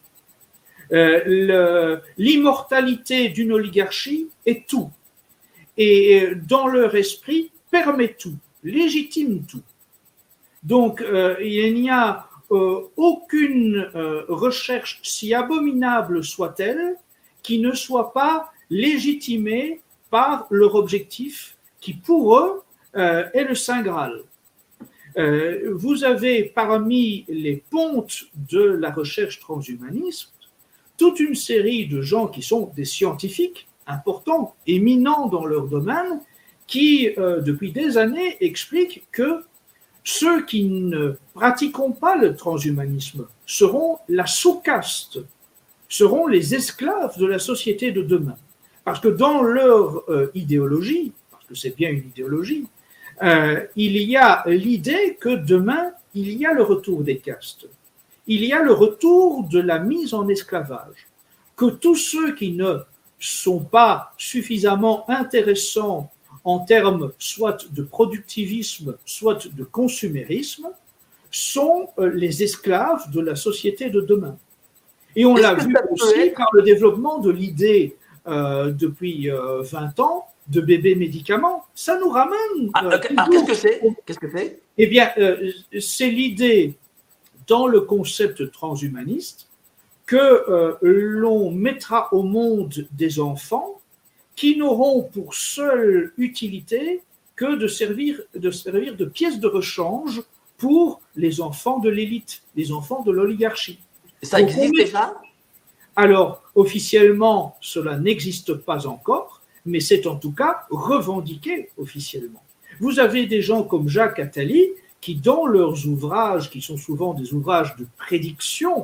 L'immortalité d'une oligarchie est tout. Et dans leur esprit, permet tout, légitime tout. Donc, il n'y a aucune recherche, si abominable soit-elle, qui ne soit pas légitimée par leur objectif, qui pour eux est le Saint Graal. Vous avez parmi les pontes de la recherche transhumaniste toute une série de gens qui sont des scientifiques importants, éminents dans leur domaine, qui depuis des années expliquent que ceux qui ne pratiqueront pas le transhumanisme seront la sous-caste, seront les esclaves de la société de demain. Parce que dans leur idéologie, parce que c'est bien une idéologie, il y a l'idée que demain, il y a le retour des castes. Il y a le retour de la mise en esclavage. Que tous ceux qui ne sont pas suffisamment intéressants en termes soit de productivisme, soit de consumérisme, sont les esclaves de la société de demain. Et on l'a vu aussi par le développement de l'idée depuis 20 ans de bébé médicaments. Ça nous ramène... qu'est-ce que c'est ? Eh bien, c'est l'idée dans le concept transhumaniste que l'on mettra au monde des enfants qui n'auront pour seule utilité que de servir de pièce de rechange pour les enfants de l'élite, les enfants de l'oligarchie. Ça existe déjà? Alors, officiellement, cela n'existe pas encore, mais c'est en tout cas revendiqué officiellement. Vous avez des gens comme Jacques Attali qui, dans leurs ouvrages, qui sont souvent des ouvrages de prédiction,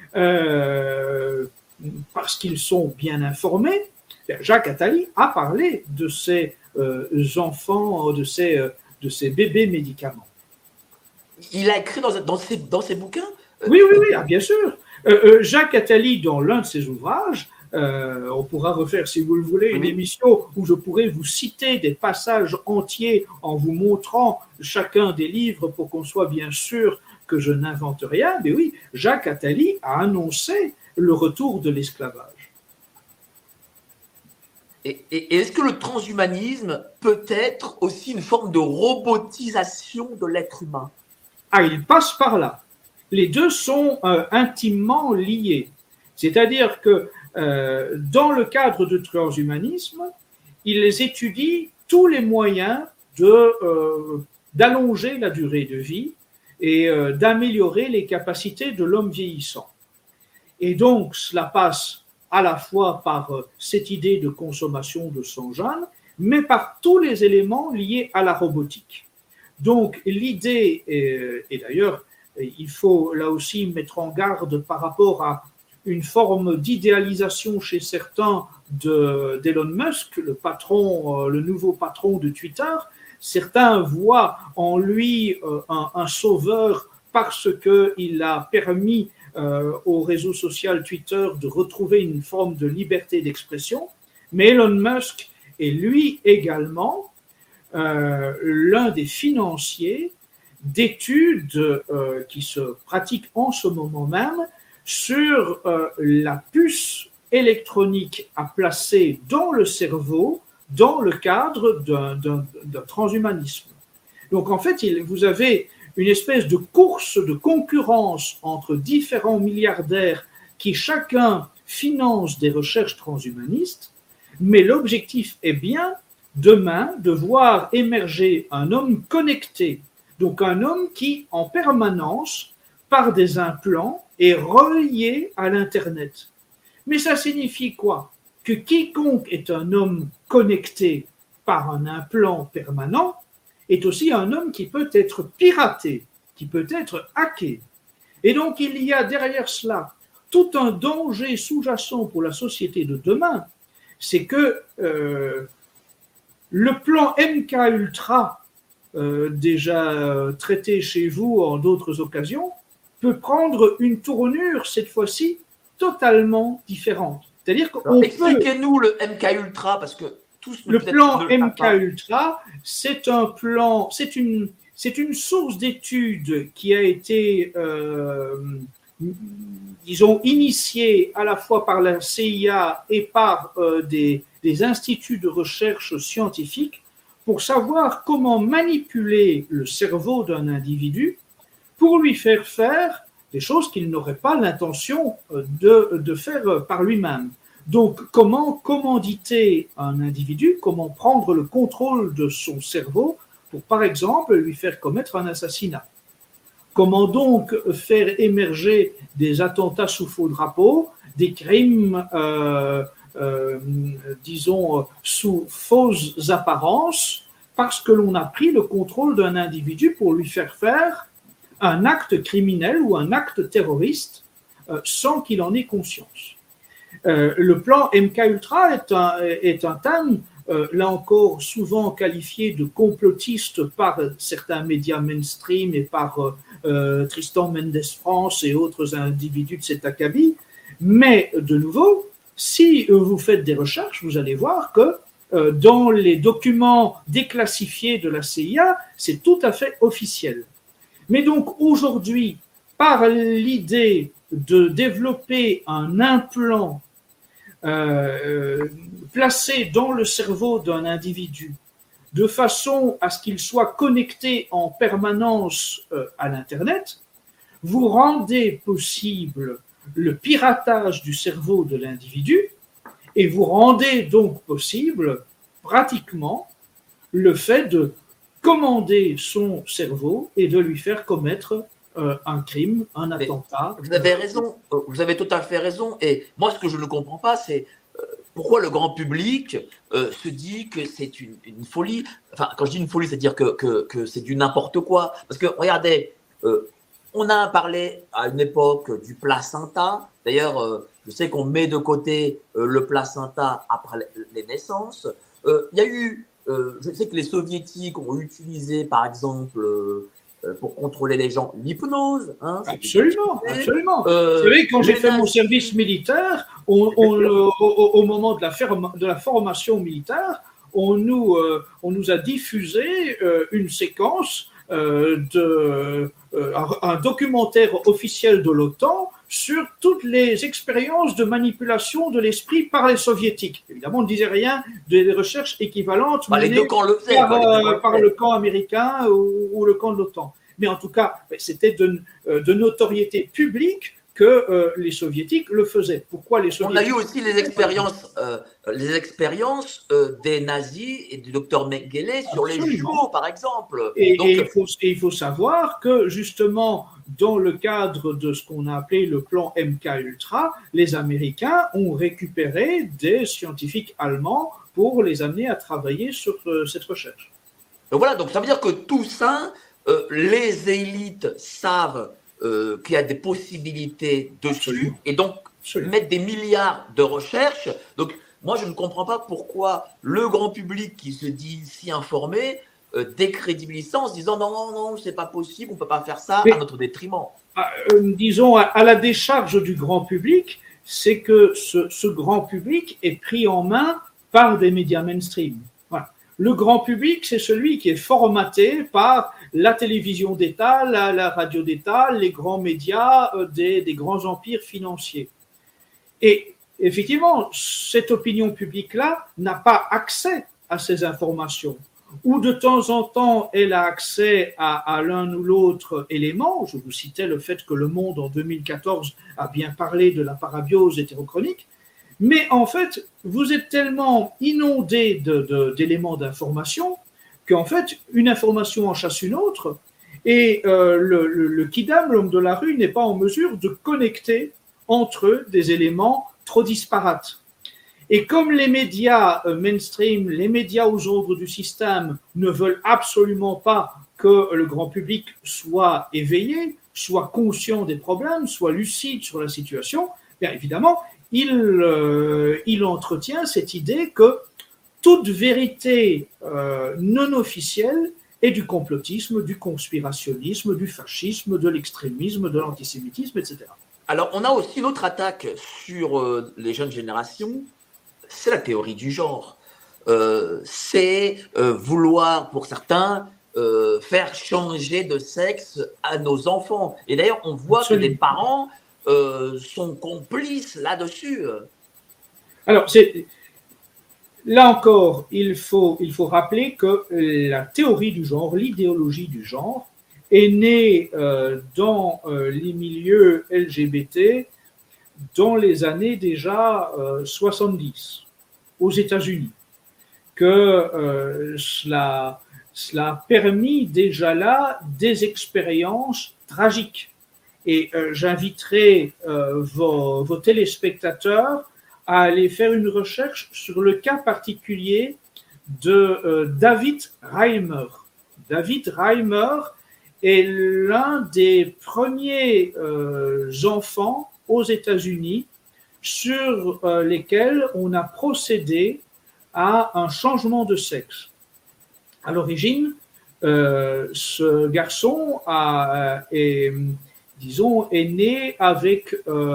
parce qu'ils sont bien informés, Jacques Attali a parlé de ces enfants, de ces bébés médicaments. Il a écrit dans ses bouquins? Oui, bien sûr. Jacques Attali, dans l'un de ses ouvrages, on pourra refaire, si vous le voulez, une émission où je pourrais vous citer des passages entiers en vous montrant chacun des livres pour qu'on soit bien sûr que je n'invente rien. Mais oui, Jacques Attali a annoncé le retour de l'esclavage. Et est-ce que le transhumanisme peut être aussi une forme de robotisation de l'être humain? Ah, il passe par là. Les deux sont intimement liés. C'est-à-dire que dans le cadre du transhumanisme, ils étudient tous les moyens d'allonger la durée de vie et d'améliorer les capacités de l'homme vieillissant. Et donc, cela passe à la fois par cette idée de consommation de sang jeune, mais par tous les éléments liés à la robotique. Donc, l'idée, et d'ailleurs, il faut là aussi mettre en garde par rapport à une forme d'idéalisation chez certains d'Elon Musk, le nouveau patron de Twitter. Certains voient en lui un sauveur parce qu'il a permis au réseau social Twitter de retrouver une forme de liberté d'expression. Mais Elon Musk est lui également l'un des financiers d'études qui se pratiquent en ce moment même sur la puce électronique à placer dans le cerveau dans le cadre d'un transhumanisme. Donc en fait, vous avez une espèce de course, de concurrence entre différents milliardaires qui chacun finance des recherches transhumanistes, mais l'objectif est bien demain de voir émerger un homme connecté, donc un homme qui en permanence, par des implants, est relié à l'Internet. Mais ça signifie quoi? Que quiconque est un homme connecté par un implant permanent est aussi un homme qui peut être piraté, qui peut être hacké. Et donc il y a derrière cela tout un danger sous-jacent pour la société de demain, c'est que le plan MK Ultra, déjà traité chez vous en d'autres occasions, peut prendre une tournure, cette fois-ci, totalement différente. C'est-à-dire qu'on expliquez-nous le MK Ultra, parce que tous le plan MK Ultra, c'est un plan, c'est une source d'études qui a été, disons, initiée à la fois par la CIA et par des instituts de recherche scientifique pour savoir comment manipuler le cerveau d'un individu pour lui faire faire des choses qu'il n'aurait pas l'intention de faire par lui-même. Donc, comment commanditer un individu, comment prendre le contrôle de son cerveau pour, par exemple, lui faire commettre un assassinat. Comment donc faire émerger des attentats sous faux drapeau, des crimes, disons, sous fausses apparences, parce que l'on a pris le contrôle d'un individu pour lui faire faire un acte criminel ou un acte terroriste sans qu'il en ait conscience. Le plan MK Ultra est un thème, là encore, souvent qualifié de complotiste par certains médias mainstream et par Tristan Mendes France et autres individus de cet acabit. Mais, de nouveau, si vous faites des recherches, vous allez voir que dans les documents déclassifiés de la CIA, c'est tout à fait officiel. Mais donc, aujourd'hui, par l'idée de développer un implant placé dans le cerveau d'un individu de façon à ce qu'il soit connecté en permanence à l'Internet, vous rendez possible le piratage du cerveau de l'individu et vous rendez donc possible pratiquement le fait de commander son cerveau et de lui faire commettre un crime, un attentat. Vous avez raison, vous avez tout à fait raison. Et moi, ce que je ne comprends pas, c'est pourquoi le grand public se dit que c'est une folie. Enfin, quand je dis une folie, c'est-à-dire que c'est du n'importe quoi. Parce que, regardez, on a parlé à une époque du placenta. D'ailleurs, je sais qu'on met de côté le placenta après les naissances. Il y a eu, je sais que les soviétiques ont utilisé, par exemple, pour contrôler les gens, l'hypnose. Hein, absolument, absolument. Vous savez, quand j'ai fait mon service militaire, au moment de la formation militaire, on nous a diffusé une séquence un documentaire officiel de l'OTAN sur toutes les expériences de manipulation de l'esprit par les soviétiques. Évidemment, on ne disait rien des recherches équivalentes menées par le camp américain ou le camp de l'OTAN. Mais en tout cas, c'était de notoriété publique que les soviétiques le faisaient. Pourquoi les soviétiques ? On a eu aussi les expériences des nazis et du docteur Mengele sur les jumeaux, par exemple. Il faut savoir que justement, dans le cadre de ce qu'on a appelé le plan MK-Ultra, les Américains ont récupéré des scientifiques allemands pour les amener à travailler sur cette recherche. Donc voilà, donc ça veut dire que tout ça, les élites savent qu'il y a des possibilités dessus et donc mettre des milliards de recherches. Donc, moi, je ne comprends pas pourquoi le grand public qui se dit si informé décrédibilise ça en se disant non, c'est pas possible, on ne peut pas faire ça à notre détriment. Disons, à la décharge du grand public, c'est que ce grand public est pris en main par des médias mainstream. Voilà. Le grand public, c'est celui qui est formaté par la télévision d'État, la radio d'État, les grands médias des grands empires financiers. Et effectivement, cette opinion publique-là n'a pas accès à ces informations. Ou de temps en temps, elle a accès à l'un ou l'autre élément. Je vous citais le fait que Le Monde, en 2014, a bien parlé de la parabiose hétérochronique. Mais en fait, vous êtes tellement inondé d'éléments d'information qu'en fait, une information en chasse une autre, et le kidam, l'homme de la rue, n'est pas en mesure de connecter entre eux des éléments trop disparates. Et comme les médias mainstream, les médias aux ordres du système ne veulent absolument pas que le grand public soit éveillé, soit conscient des problèmes, soit lucide sur la situation, bien évidemment, il entretient cette idée que toute vérité non officielle est du complotisme, du conspirationnisme, du fascisme, de l'extrémisme, de l'antisémitisme, etc. Alors, on a aussi une autre attaque sur les jeunes générations, c'est la théorie du genre. C'est vouloir, pour certains, faire changer de sexe à nos enfants. Et d'ailleurs, on voit que les parents sont complices là-dessus. Alors, là encore, il faut rappeler que la théorie du genre, l'idéologie du genre, est née dans les milieux LGBT dans les années déjà 70 aux États-Unis, que cela a permis déjà là des expériences tragiques. Et j'inviterai vos téléspectateurs à aller faire une recherche sur le cas particulier de David Reimer. David Reimer est l'un des premiers enfants aux États-Unis sur lesquels on a procédé à un changement de sexe. À l'origine, ce garçon est né avec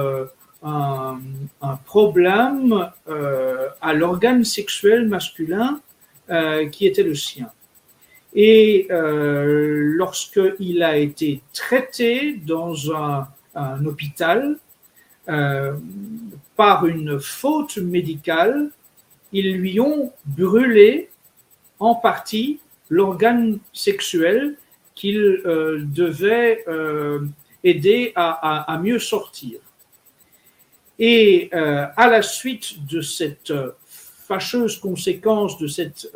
un problème à l'organe sexuel masculin qui était le sien. Et lorsqu'il a été traité dans un hôpital par une faute médicale, ils lui ont brûlé en partie l'organe sexuel qu'il devait aider à mieux sortir. Et à la suite de cette fâcheuse conséquence de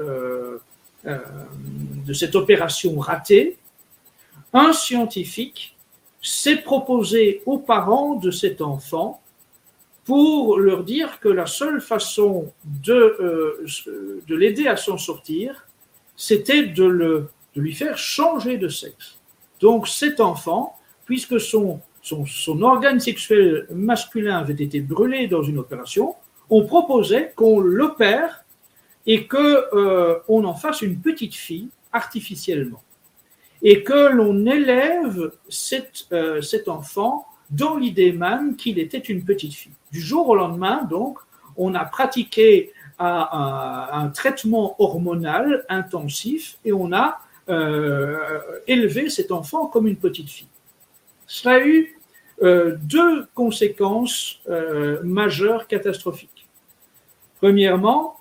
cette opération ratée, un scientifique s'est proposé aux parents de cet enfant pour leur dire que la seule façon de l'aider à s'en sortir, c'était de lui faire changer de sexe. Donc cet enfant, puisque son organe sexuel masculin avait été brûlé dans une opération, on proposait qu'on l'opère et qu'on en fasse une petite fille artificiellement. Et que l'on élève cet enfant dans l'idée même qu'il était une petite fille. Du jour au lendemain, donc, on a pratiqué un traitement hormonal intensif et on a élevé cet enfant comme une petite fille. Cela a eu deux conséquences majeures catastrophiques. Premièrement,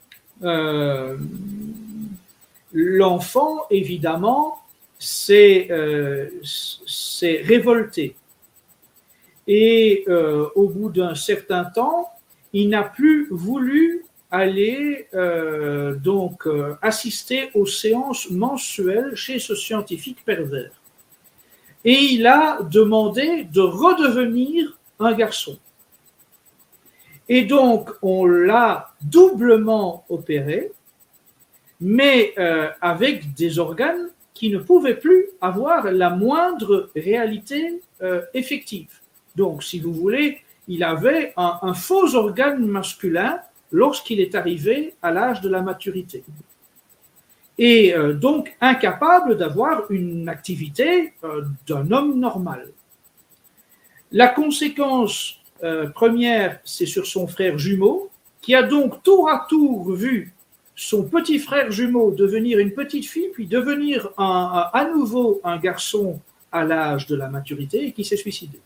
l'enfant, évidemment, s'est révolté. Et au bout d'un certain temps, il n'a plus voulu aller assister aux séances mensuelles chez ce scientifique pervers. Et il a demandé de redevenir un garçon. Et donc, on l'a doublement opéré, mais avec des organes qui ne pouvaient plus avoir la moindre réalité effective. Donc, si vous voulez, il avait un faux organe masculin lorsqu'il est arrivé à l'âge de la maturité. Et donc incapable d'avoir une activité d'un homme normal. La conséquence première, c'est sur son frère jumeau, qui a donc tour à tour vu son petit frère jumeau devenir une petite fille, puis devenir à nouveau un garçon à l'âge de la maturité, et qui s'est suicidé.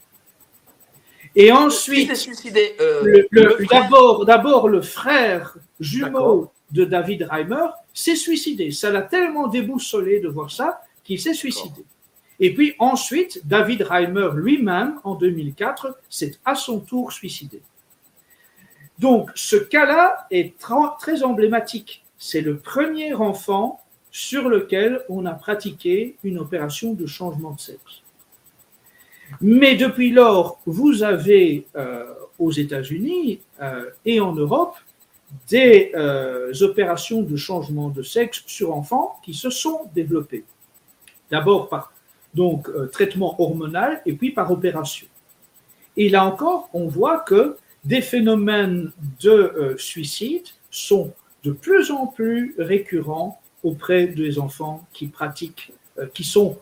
Et ensuite, qui s'est suicidé, d'abord le frère jumeau de David Reimer s'est suicidé. Ça l'a tellement déboussolé de voir ça qu'il s'est suicidé. Et puis ensuite, David Reimer lui-même, en 2004, s'est à son tour suicidé. Donc, ce cas-là est très emblématique. C'est le premier enfant sur lequel on a pratiqué une opération de changement de sexe. Mais depuis lors, vous avez aux États-Unis et en Europe des opérations de changement de sexe sur enfants qui se sont développées. D'abord par traitement hormonal et puis par opération. Et là encore, on voit que des phénomènes de suicide sont de plus en plus récurrents auprès des enfants qui pratiquent, qui sont,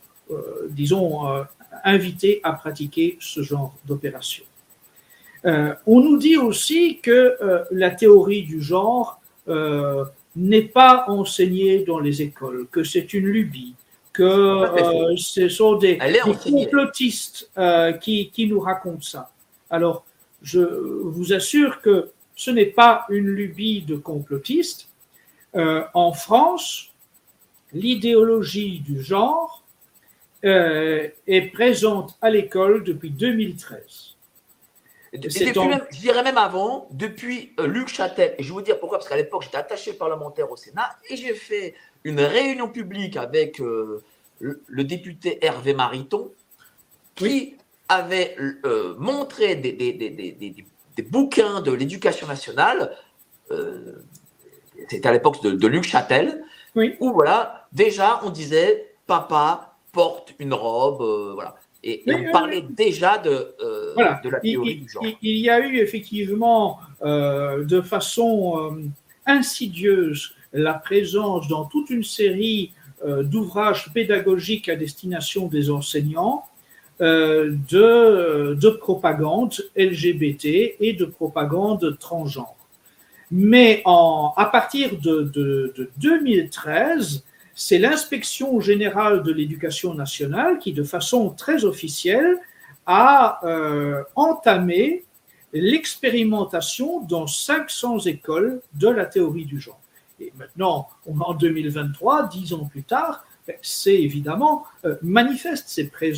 invités à pratiquer ce genre d'opération. On nous dit aussi que la théorie du genre n'est pas enseignée dans les écoles, que c'est une lubie, que ce sont des complotistes qui nous racontent ça. Alors, je vous assure que ce n'est pas une lubie de complotistes. En France, l'idéologie du genre est présente à l'école depuis 2013. Je dirais même avant, depuis Luc Châtel. Et je vais vous dire pourquoi, parce qu'à l'époque, j'étais attaché parlementaire au Sénat et j'ai fait une réunion publique avec le député Hervé Mariton qui avait montré des bouquins de l'éducation nationale. C'était à l'époque de Luc Châtel, où voilà, déjà on disait papa porte une robe, voilà. Et on parlait déjà de la théorie du genre. Il y a eu effectivement de façon insidieuse la présence dans toute une série d'ouvrages pédagogiques à destination des enseignants de propagande LGBT et de propagande transgenre. Mais à partir de 2013, c'est l'inspection générale de l'éducation nationale qui, de façon très officielle, a entamé l'expérimentation dans 500 écoles de la théorie du genre. Et maintenant, on est en 2023, 10 ans plus tard, c'est évidemment manifeste, c'est présent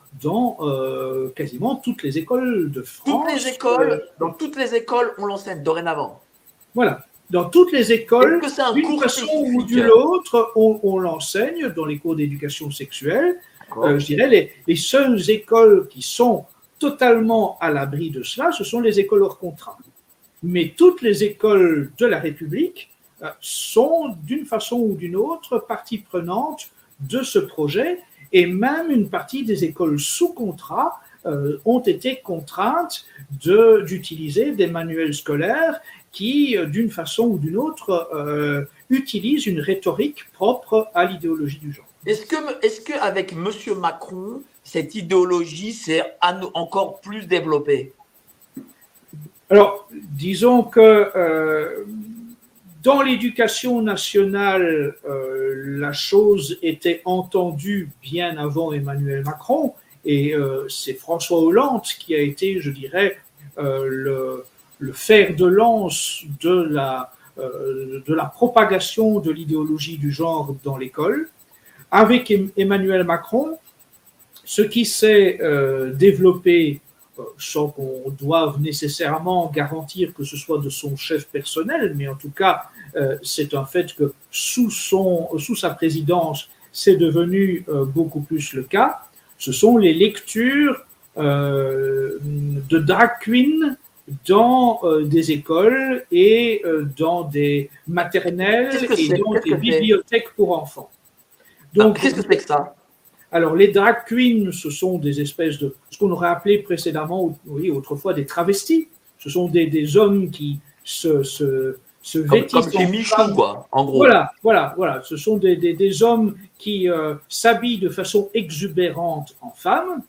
dans quasiment toutes les écoles de France. Dans toutes les écoles, on l'enseigne dorénavant. Voilà. Dans toutes les écoles, d'une façon ou d'une autre, on l'enseigne dans les cours d'éducation sexuelle. Je dirais les seules écoles qui sont totalement à l'abri de cela, ce sont les écoles hors contrat. Mais toutes les écoles de la République sont d'une façon ou d'une autre partie prenante de ce projet, et même une partie des écoles sous contrat ont été contraintes d'utiliser des manuels scolaires qui, d'une façon ou d'une autre, utilisent une rhétorique propre à l'idéologie du genre. Est-ce qu'avec M. Macron, cette idéologie s'est encore plus développée? Alors, disons que dans l'éducation nationale, la chose était entendue bien avant Emmanuel Macron, et c'est François Hollande qui a été, je dirais, le fer de lance de la propagation de l'idéologie du genre dans l'école. Avec Emmanuel Macron, ce qui s'est développé, sans qu'on doive nécessairement garantir que ce soit de son chef personnel, mais en tout cas, c'est un fait que sous sa présidence, c'est devenu beaucoup plus le cas. Ce sont les lectures de drag queens dans des écoles et dans des maternelles et dans des bibliothèques pour enfants. Donc, qu'est-ce que c'est que ça? Alors, les drag queens, ce sont des espèces de ce qu'on aurait appelé précédemment, oui, autrefois des travestis. Ce sont des hommes qui se vêtissent comme chez Michou, quoi, en gros. Voilà. Ce sont des hommes qui s'habillent de façon exubérante en femmes,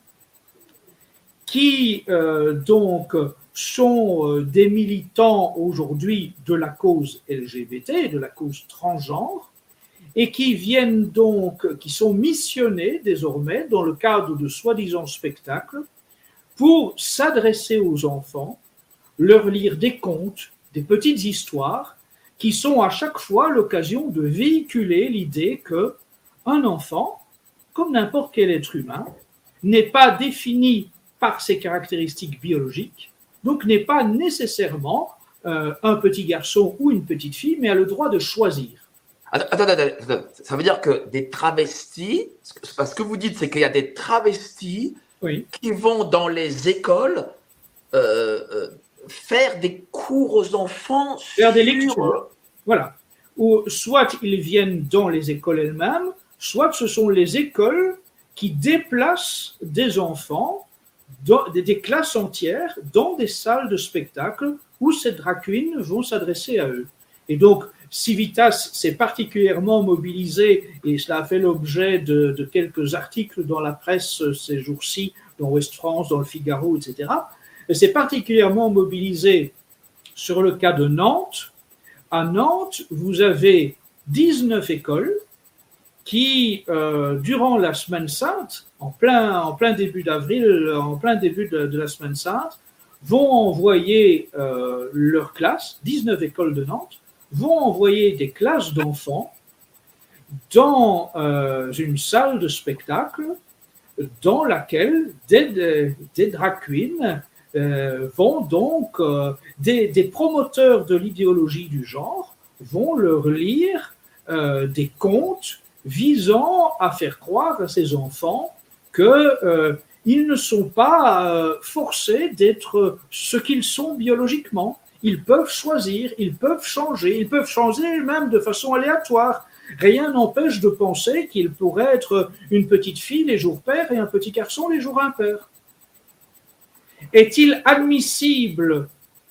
qui donc sont des militants aujourd'hui de la cause LGBT, de la cause transgenre, et qui viennent donc, qui sont missionnés désormais dans le cadre de soi-disant spectacles pour s'adresser aux enfants, leur lire des contes, des petites histoires, qui sont à chaque fois l'occasion de véhiculer l'idée que un enfant, comme n'importe quel être humain, n'est pas défini par ses caractéristiques biologiques, donc n'est pas nécessairement un petit garçon ou une petite fille, mais a le droit de choisir. Attends. Ça veut dire que des travestis, ce que vous dites, c'est qu'il y a des travestis qui vont dans les écoles faire des cours aux enfants. Faire des lectures. Voilà. Ou soit ils viennent dans les écoles elles-mêmes, soit ce sont les écoles qui déplacent des enfants, des classes entières, dans des salles de spectacle où ces drag queens vont s'adresser à eux. Et donc, Civitas s'est particulièrement mobilisé, et cela a fait l'objet de quelques articles dans la presse ces jours-ci, dans Ouest France, dans le Figaro, etc. Et s'est particulièrement mobilisé sur le cas de Nantes. À Nantes, vous avez 19 écoles qui, durant la Semaine Sainte, en plein début d'avril, en plein début de la Semaine Sainte, vont envoyer leurs classes, 19 écoles de Nantes, vont envoyer des classes d'enfants dans une salle de spectacle dans laquelle des drag queens vont donc, des promoteurs de l'idéologie du genre vont leur lire des contes visant à faire croire à ces enfants qu'ils ne sont pas forcés d'être ce qu'ils sont biologiquement. Ils peuvent choisir, ils peuvent changer même de façon aléatoire. Rien n'empêche de penser qu'il pourrait être une petite fille les jours pairs et un petit garçon les jours impairs. Est-il admissible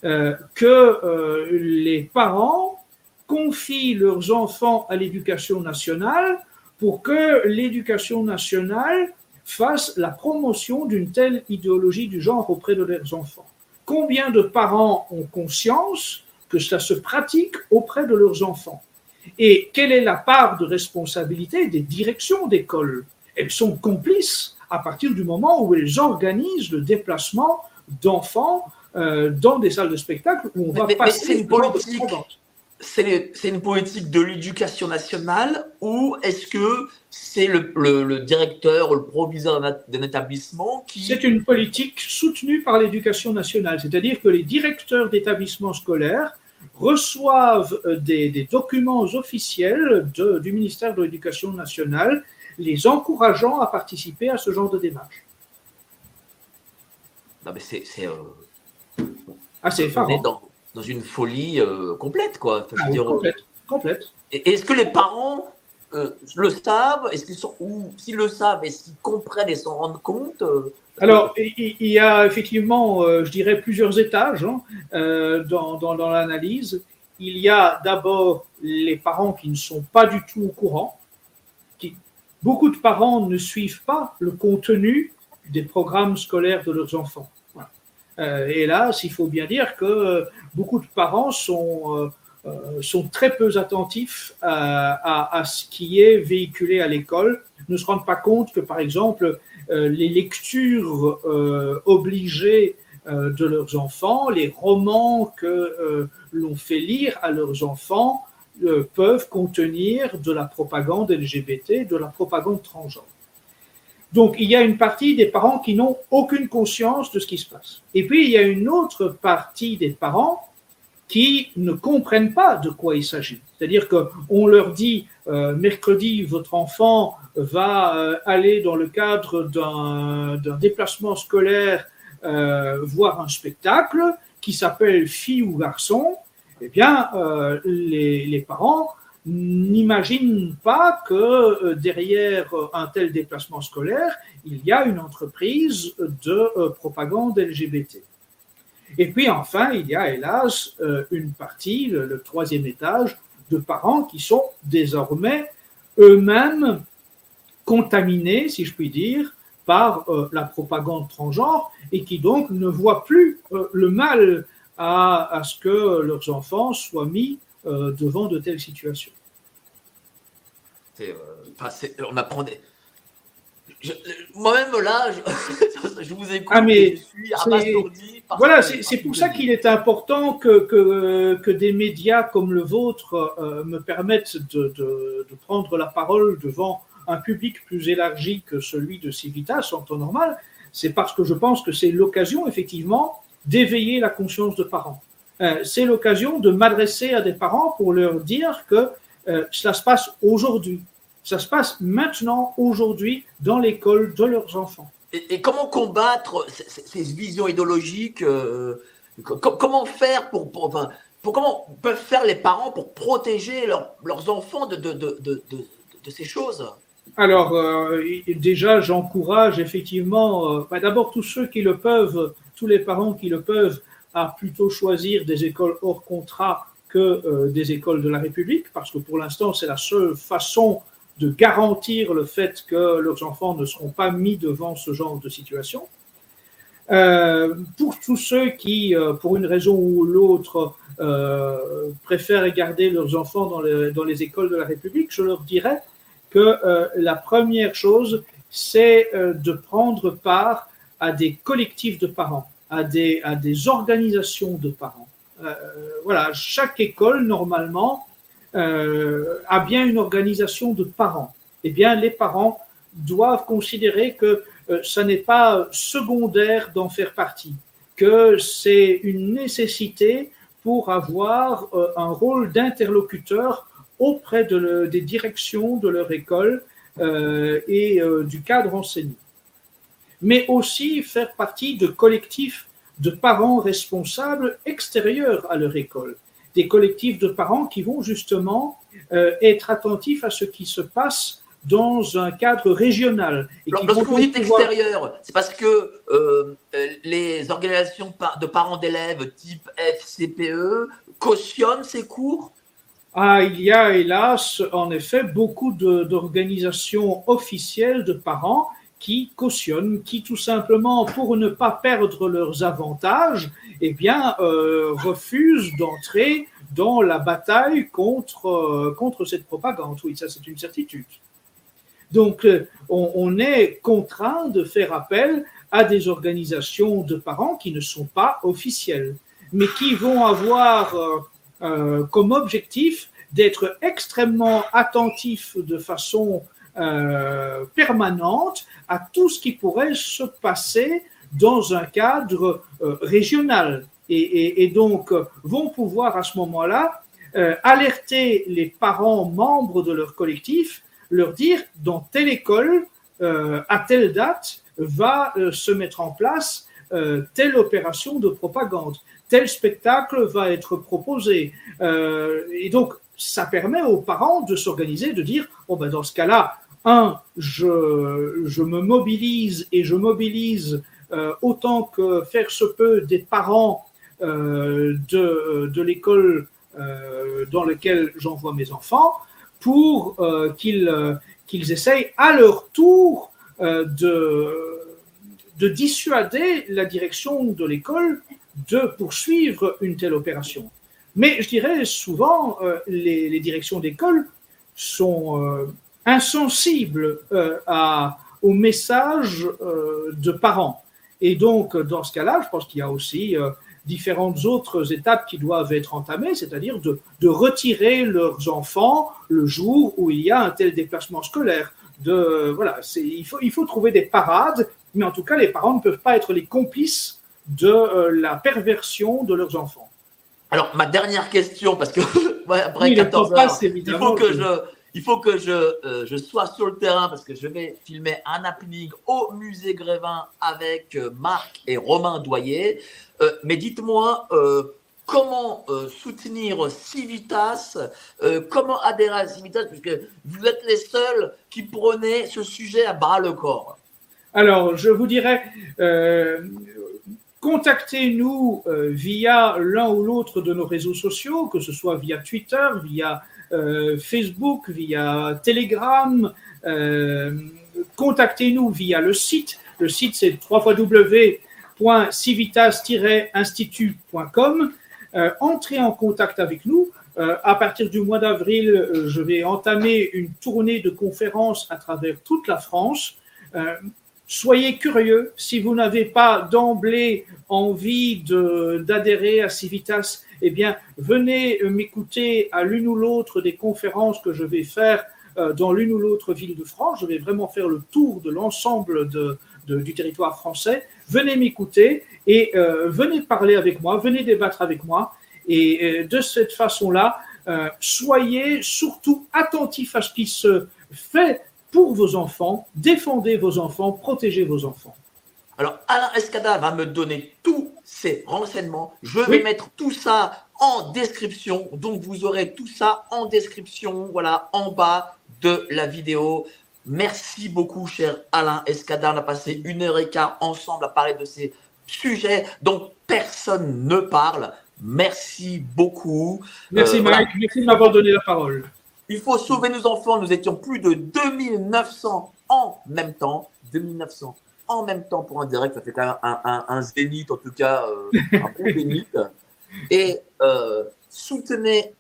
que les parents confient leurs enfants à l'éducation nationale pour que l'éducation nationale fasse la promotion d'une telle idéologie du genre auprès de leurs enfants? Combien de parents ont conscience que cela se pratique auprès de leurs enfants? Et quelle est la part de responsabilité des directions d'école? Elles sont complices à partir du moment où elles organisent le déplacement d'enfants dans des salles de spectacle où on va passer c'est une politique. c'est une politique de l'éducation nationale ou est-ce que c'est le directeur ou le proviseur d'un établissement qui… C'est une politique soutenue par l'éducation nationale, c'est-à-dire que les directeurs d'établissements scolaires reçoivent des documents officiels du ministère de l'Éducation nationale les encourageant à participer à ce genre de démarche. Non, mais c'est assez effarant. On est dans une folie complète, quoi. Enfin, complète. Et est-ce que les parents le savent? Est-ce qu'ils sont, ou s'ils le savent, est-ce qu'ils comprennent et s'en rendent compte? Alors, il y a effectivement, je dirais, plusieurs étages dans l'analyse. Il y a d'abord les parents qui ne sont pas du tout au courant. Beaucoup de parents ne suivent pas le contenu des programmes scolaires de leurs enfants. Voilà. Hélas, il faut bien dire que beaucoup de parents sont très peu attentifs à ce qui est véhiculé à l'école, ne se rendent pas compte que, par exemple, les lectures obligées de leurs enfants, les romans que l'on fait lire à leurs enfants peuvent contenir de la propagande LGBT, de la propagande transgenre. Donc, il y a une partie des parents qui n'ont aucune conscience de ce qui se passe. Et puis, il y a une autre partie des parents qui ne comprennent pas de quoi il s'agit. C'est-à-dire qu'on leur dit, mercredi, votre enfant va aller dans le cadre d'un déplacement scolaire voir un spectacle qui s'appelle Fille ou garçon. Eh bien, les parents n'imaginent pas que derrière un tel déplacement scolaire, il y a une entreprise de propagande LGBT. Et puis enfin, il y a hélas une partie, le troisième étage, de parents qui sont désormais eux-mêmes contaminés, si je puis dire, par la propagande transgenre et qui donc ne voient plus le mal à ce que leurs enfants soient mis devant de telles situations. On apprend des… Moi-même, là, je vous écoute mais je suis abasourdi. Voilà, c'est pour ça qu'il est important que des médias comme le vôtre me permettent de prendre la parole devant un public plus élargi que celui de Civitas en temps normal. C'est parce que je pense que c'est l'occasion, effectivement, d'éveiller la conscience de parents. C'est l'occasion de m'adresser à des parents pour leur dire que cela se passe aujourd'hui. Ça se passe maintenant, aujourd'hui, dans l'école de leurs enfants. Et comment combattre ces visions idéologiques comment faire comment peuvent faire les parents pour protéger leurs enfants de ces choses? Alors, déjà, j'encourage effectivement, d'abord tous ceux qui le peuvent, tous les parents qui le peuvent, à plutôt choisir des écoles hors contrat que des écoles de la République, parce que pour l'instant, c'est la seule façon de garantir le fait que leurs enfants ne seront pas mis devant ce genre de situation. Pour tous ceux qui, pour une raison ou l'autre, préfèrent garder leurs enfants dans les écoles de la République, je leur dirais que la première chose, c'est de prendre part à des collectifs de parents, à des organisations de parents. Voilà, chaque école, normalement, a bien une organisation de parents. Eh bien, les parents doivent considérer que ça n'est pas secondaire d'en faire partie, que c'est une nécessité pour avoir un rôle d'interlocuteur auprès des directions de leur école et du cadre enseignant. Mais aussi faire partie de collectifs de parents responsables extérieurs à leur école. Des collectifs de parents qui vont justement être attentifs à ce qui se passe dans un cadre régional. Et lorsque vous dites extérieur, c'est parce que les organisations de parents d'élèves type FCPE cautionnent ces cours? Il y a hélas, en effet, beaucoup d'organisations officielles de parents qui cautionnent, qui tout simplement, pour ne pas perdre leurs avantages, eh bien, refusent d'entrer dans la bataille contre cette propagande. Oui, ça c'est une certitude. Donc, on est contraint de faire appel à des organisations de parents qui ne sont pas officielles, mais qui vont avoir comme objectif d'être extrêmement attentif de façon permanente à tout ce qui pourrait se passer dans un cadre régional. Et donc, vont pouvoir à ce moment-là alerter les parents membres de leur collectif, leur dire dans telle école, à telle date, va se mettre en place telle opération de propagande, tel spectacle va être proposé. Et donc, ça permet aux parents de s'organiser, de dire, oh ben dans ce cas-là, je me mobilise et je mobilise autant que faire se peut des parents de l'école dans laquelle j'envoie mes enfants pour qu'ils essayent à leur tour de dissuader la direction de l'école de poursuivre une telle opération. Mais je dirais souvent, les directions d'école sont insensibles au message de parents. Et donc, dans ce cas-là, je pense qu'il y a aussi différentes autres étapes qui doivent être entamées, c'est-à-dire de retirer leurs enfants le jour où il y a un tel déplacement scolaire. Voilà, il faut trouver des parades, mais en tout cas, les parents ne peuvent pas être les complices de la perversion de leurs enfants. Alors, ma dernière question, parce que après 14 heures, il faut que je sois sur le terrain parce que je vais filmer un happening au musée Grévin avec Marc et Romain Doyer. Mais dites-moi, comment soutenir Civitas, comment adhérer à Civitas, puisque vous êtes les seuls qui prenaient ce sujet à bras le corps. Alors, je vous dirais, contactez-nous via l'un ou l'autre de nos réseaux sociaux, que ce soit via Twitter, via Facebook, via Telegram. Contactez-nous via le site. Le site, c'est www.civitas-institut.com. Entrez en contact avec nous. À partir du mois d'avril, je vais entamer une tournée de conférences à travers toute la France. Soyez curieux. Si vous n'avez pas d'emblée envie d'adhérer à Civitas, eh bien, venez m'écouter à l'une ou l'autre des conférences que je vais faire dans l'une ou l'autre ville de France. Je vais vraiment faire le tour de l'ensemble du territoire français. Venez m'écouter et venez parler avec moi, venez débattre avec moi. Et de cette façon-là, soyez surtout attentifs à ce qui se fait pour vos enfants, défendez vos enfants, protégez vos enfants. Alors, Alain Escada va me donner tous ces renseignements. Je vais mettre tout ça en description. Donc, vous aurez tout ça en description, voilà, en bas de la vidéo. Merci beaucoup, cher Alain Escada. On a passé 1h15 ensemble à parler de ces sujets dont personne ne parle. Merci beaucoup. Merci, Mike. Voilà. Merci de m'avoir donné la parole. Il faut sauver nos enfants. Nous étions plus de 2900 en même temps. 2900 en même temps pour un direct. Ça fait quand même un zénith, en tout cas, un bon zénith. Et soutenez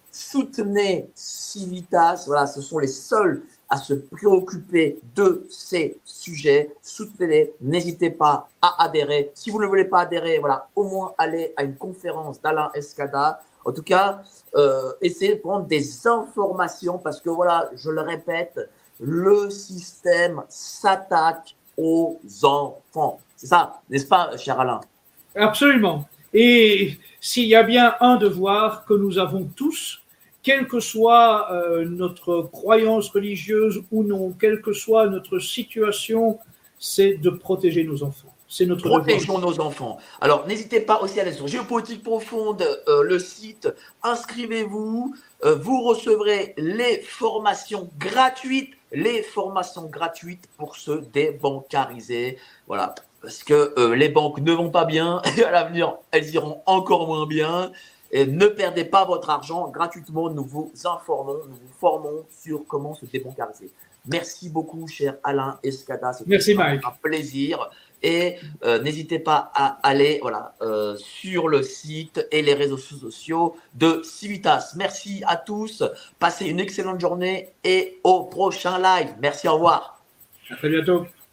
Civitas. Voilà, ce sont les seuls à se préoccuper de ces sujets. Soutenez-les. N'hésitez pas à adhérer. Si vous ne voulez pas adhérer, voilà, au moins allez à une conférence d'Alain Escada. En tout cas, essayez de prendre des informations parce que, voilà, je le répète, le système s'attaque aux enfants. C'est ça, n'est-ce pas, cher Alain? Absolument. Et s'il y a bien un devoir que nous avons tous, quelle que soit notre croyance religieuse ou non, quelle que soit notre situation, c'est de protéger nos enfants. C'est notre Protégeons nos enfants. Alors, n'hésitez pas aussi à aller sur Géopolitique Profonde, le site. Inscrivez-vous. Vous recevrez les formations gratuites pour se débancariser. Voilà. Parce que les banques ne vont pas bien et à l'avenir, elles iront encore moins bien. Et ne perdez pas votre argent gratuitement. Nous vous informons, nous vous formons sur comment se débancariser. Merci beaucoup, cher Alain Escada. Merci, Mike. Un plaisir. Et n'hésitez pas à aller sur le site et les réseaux sociaux de Civitas. Merci à tous. Passez une excellente journée et au prochain live. Merci, au revoir. À très bientôt.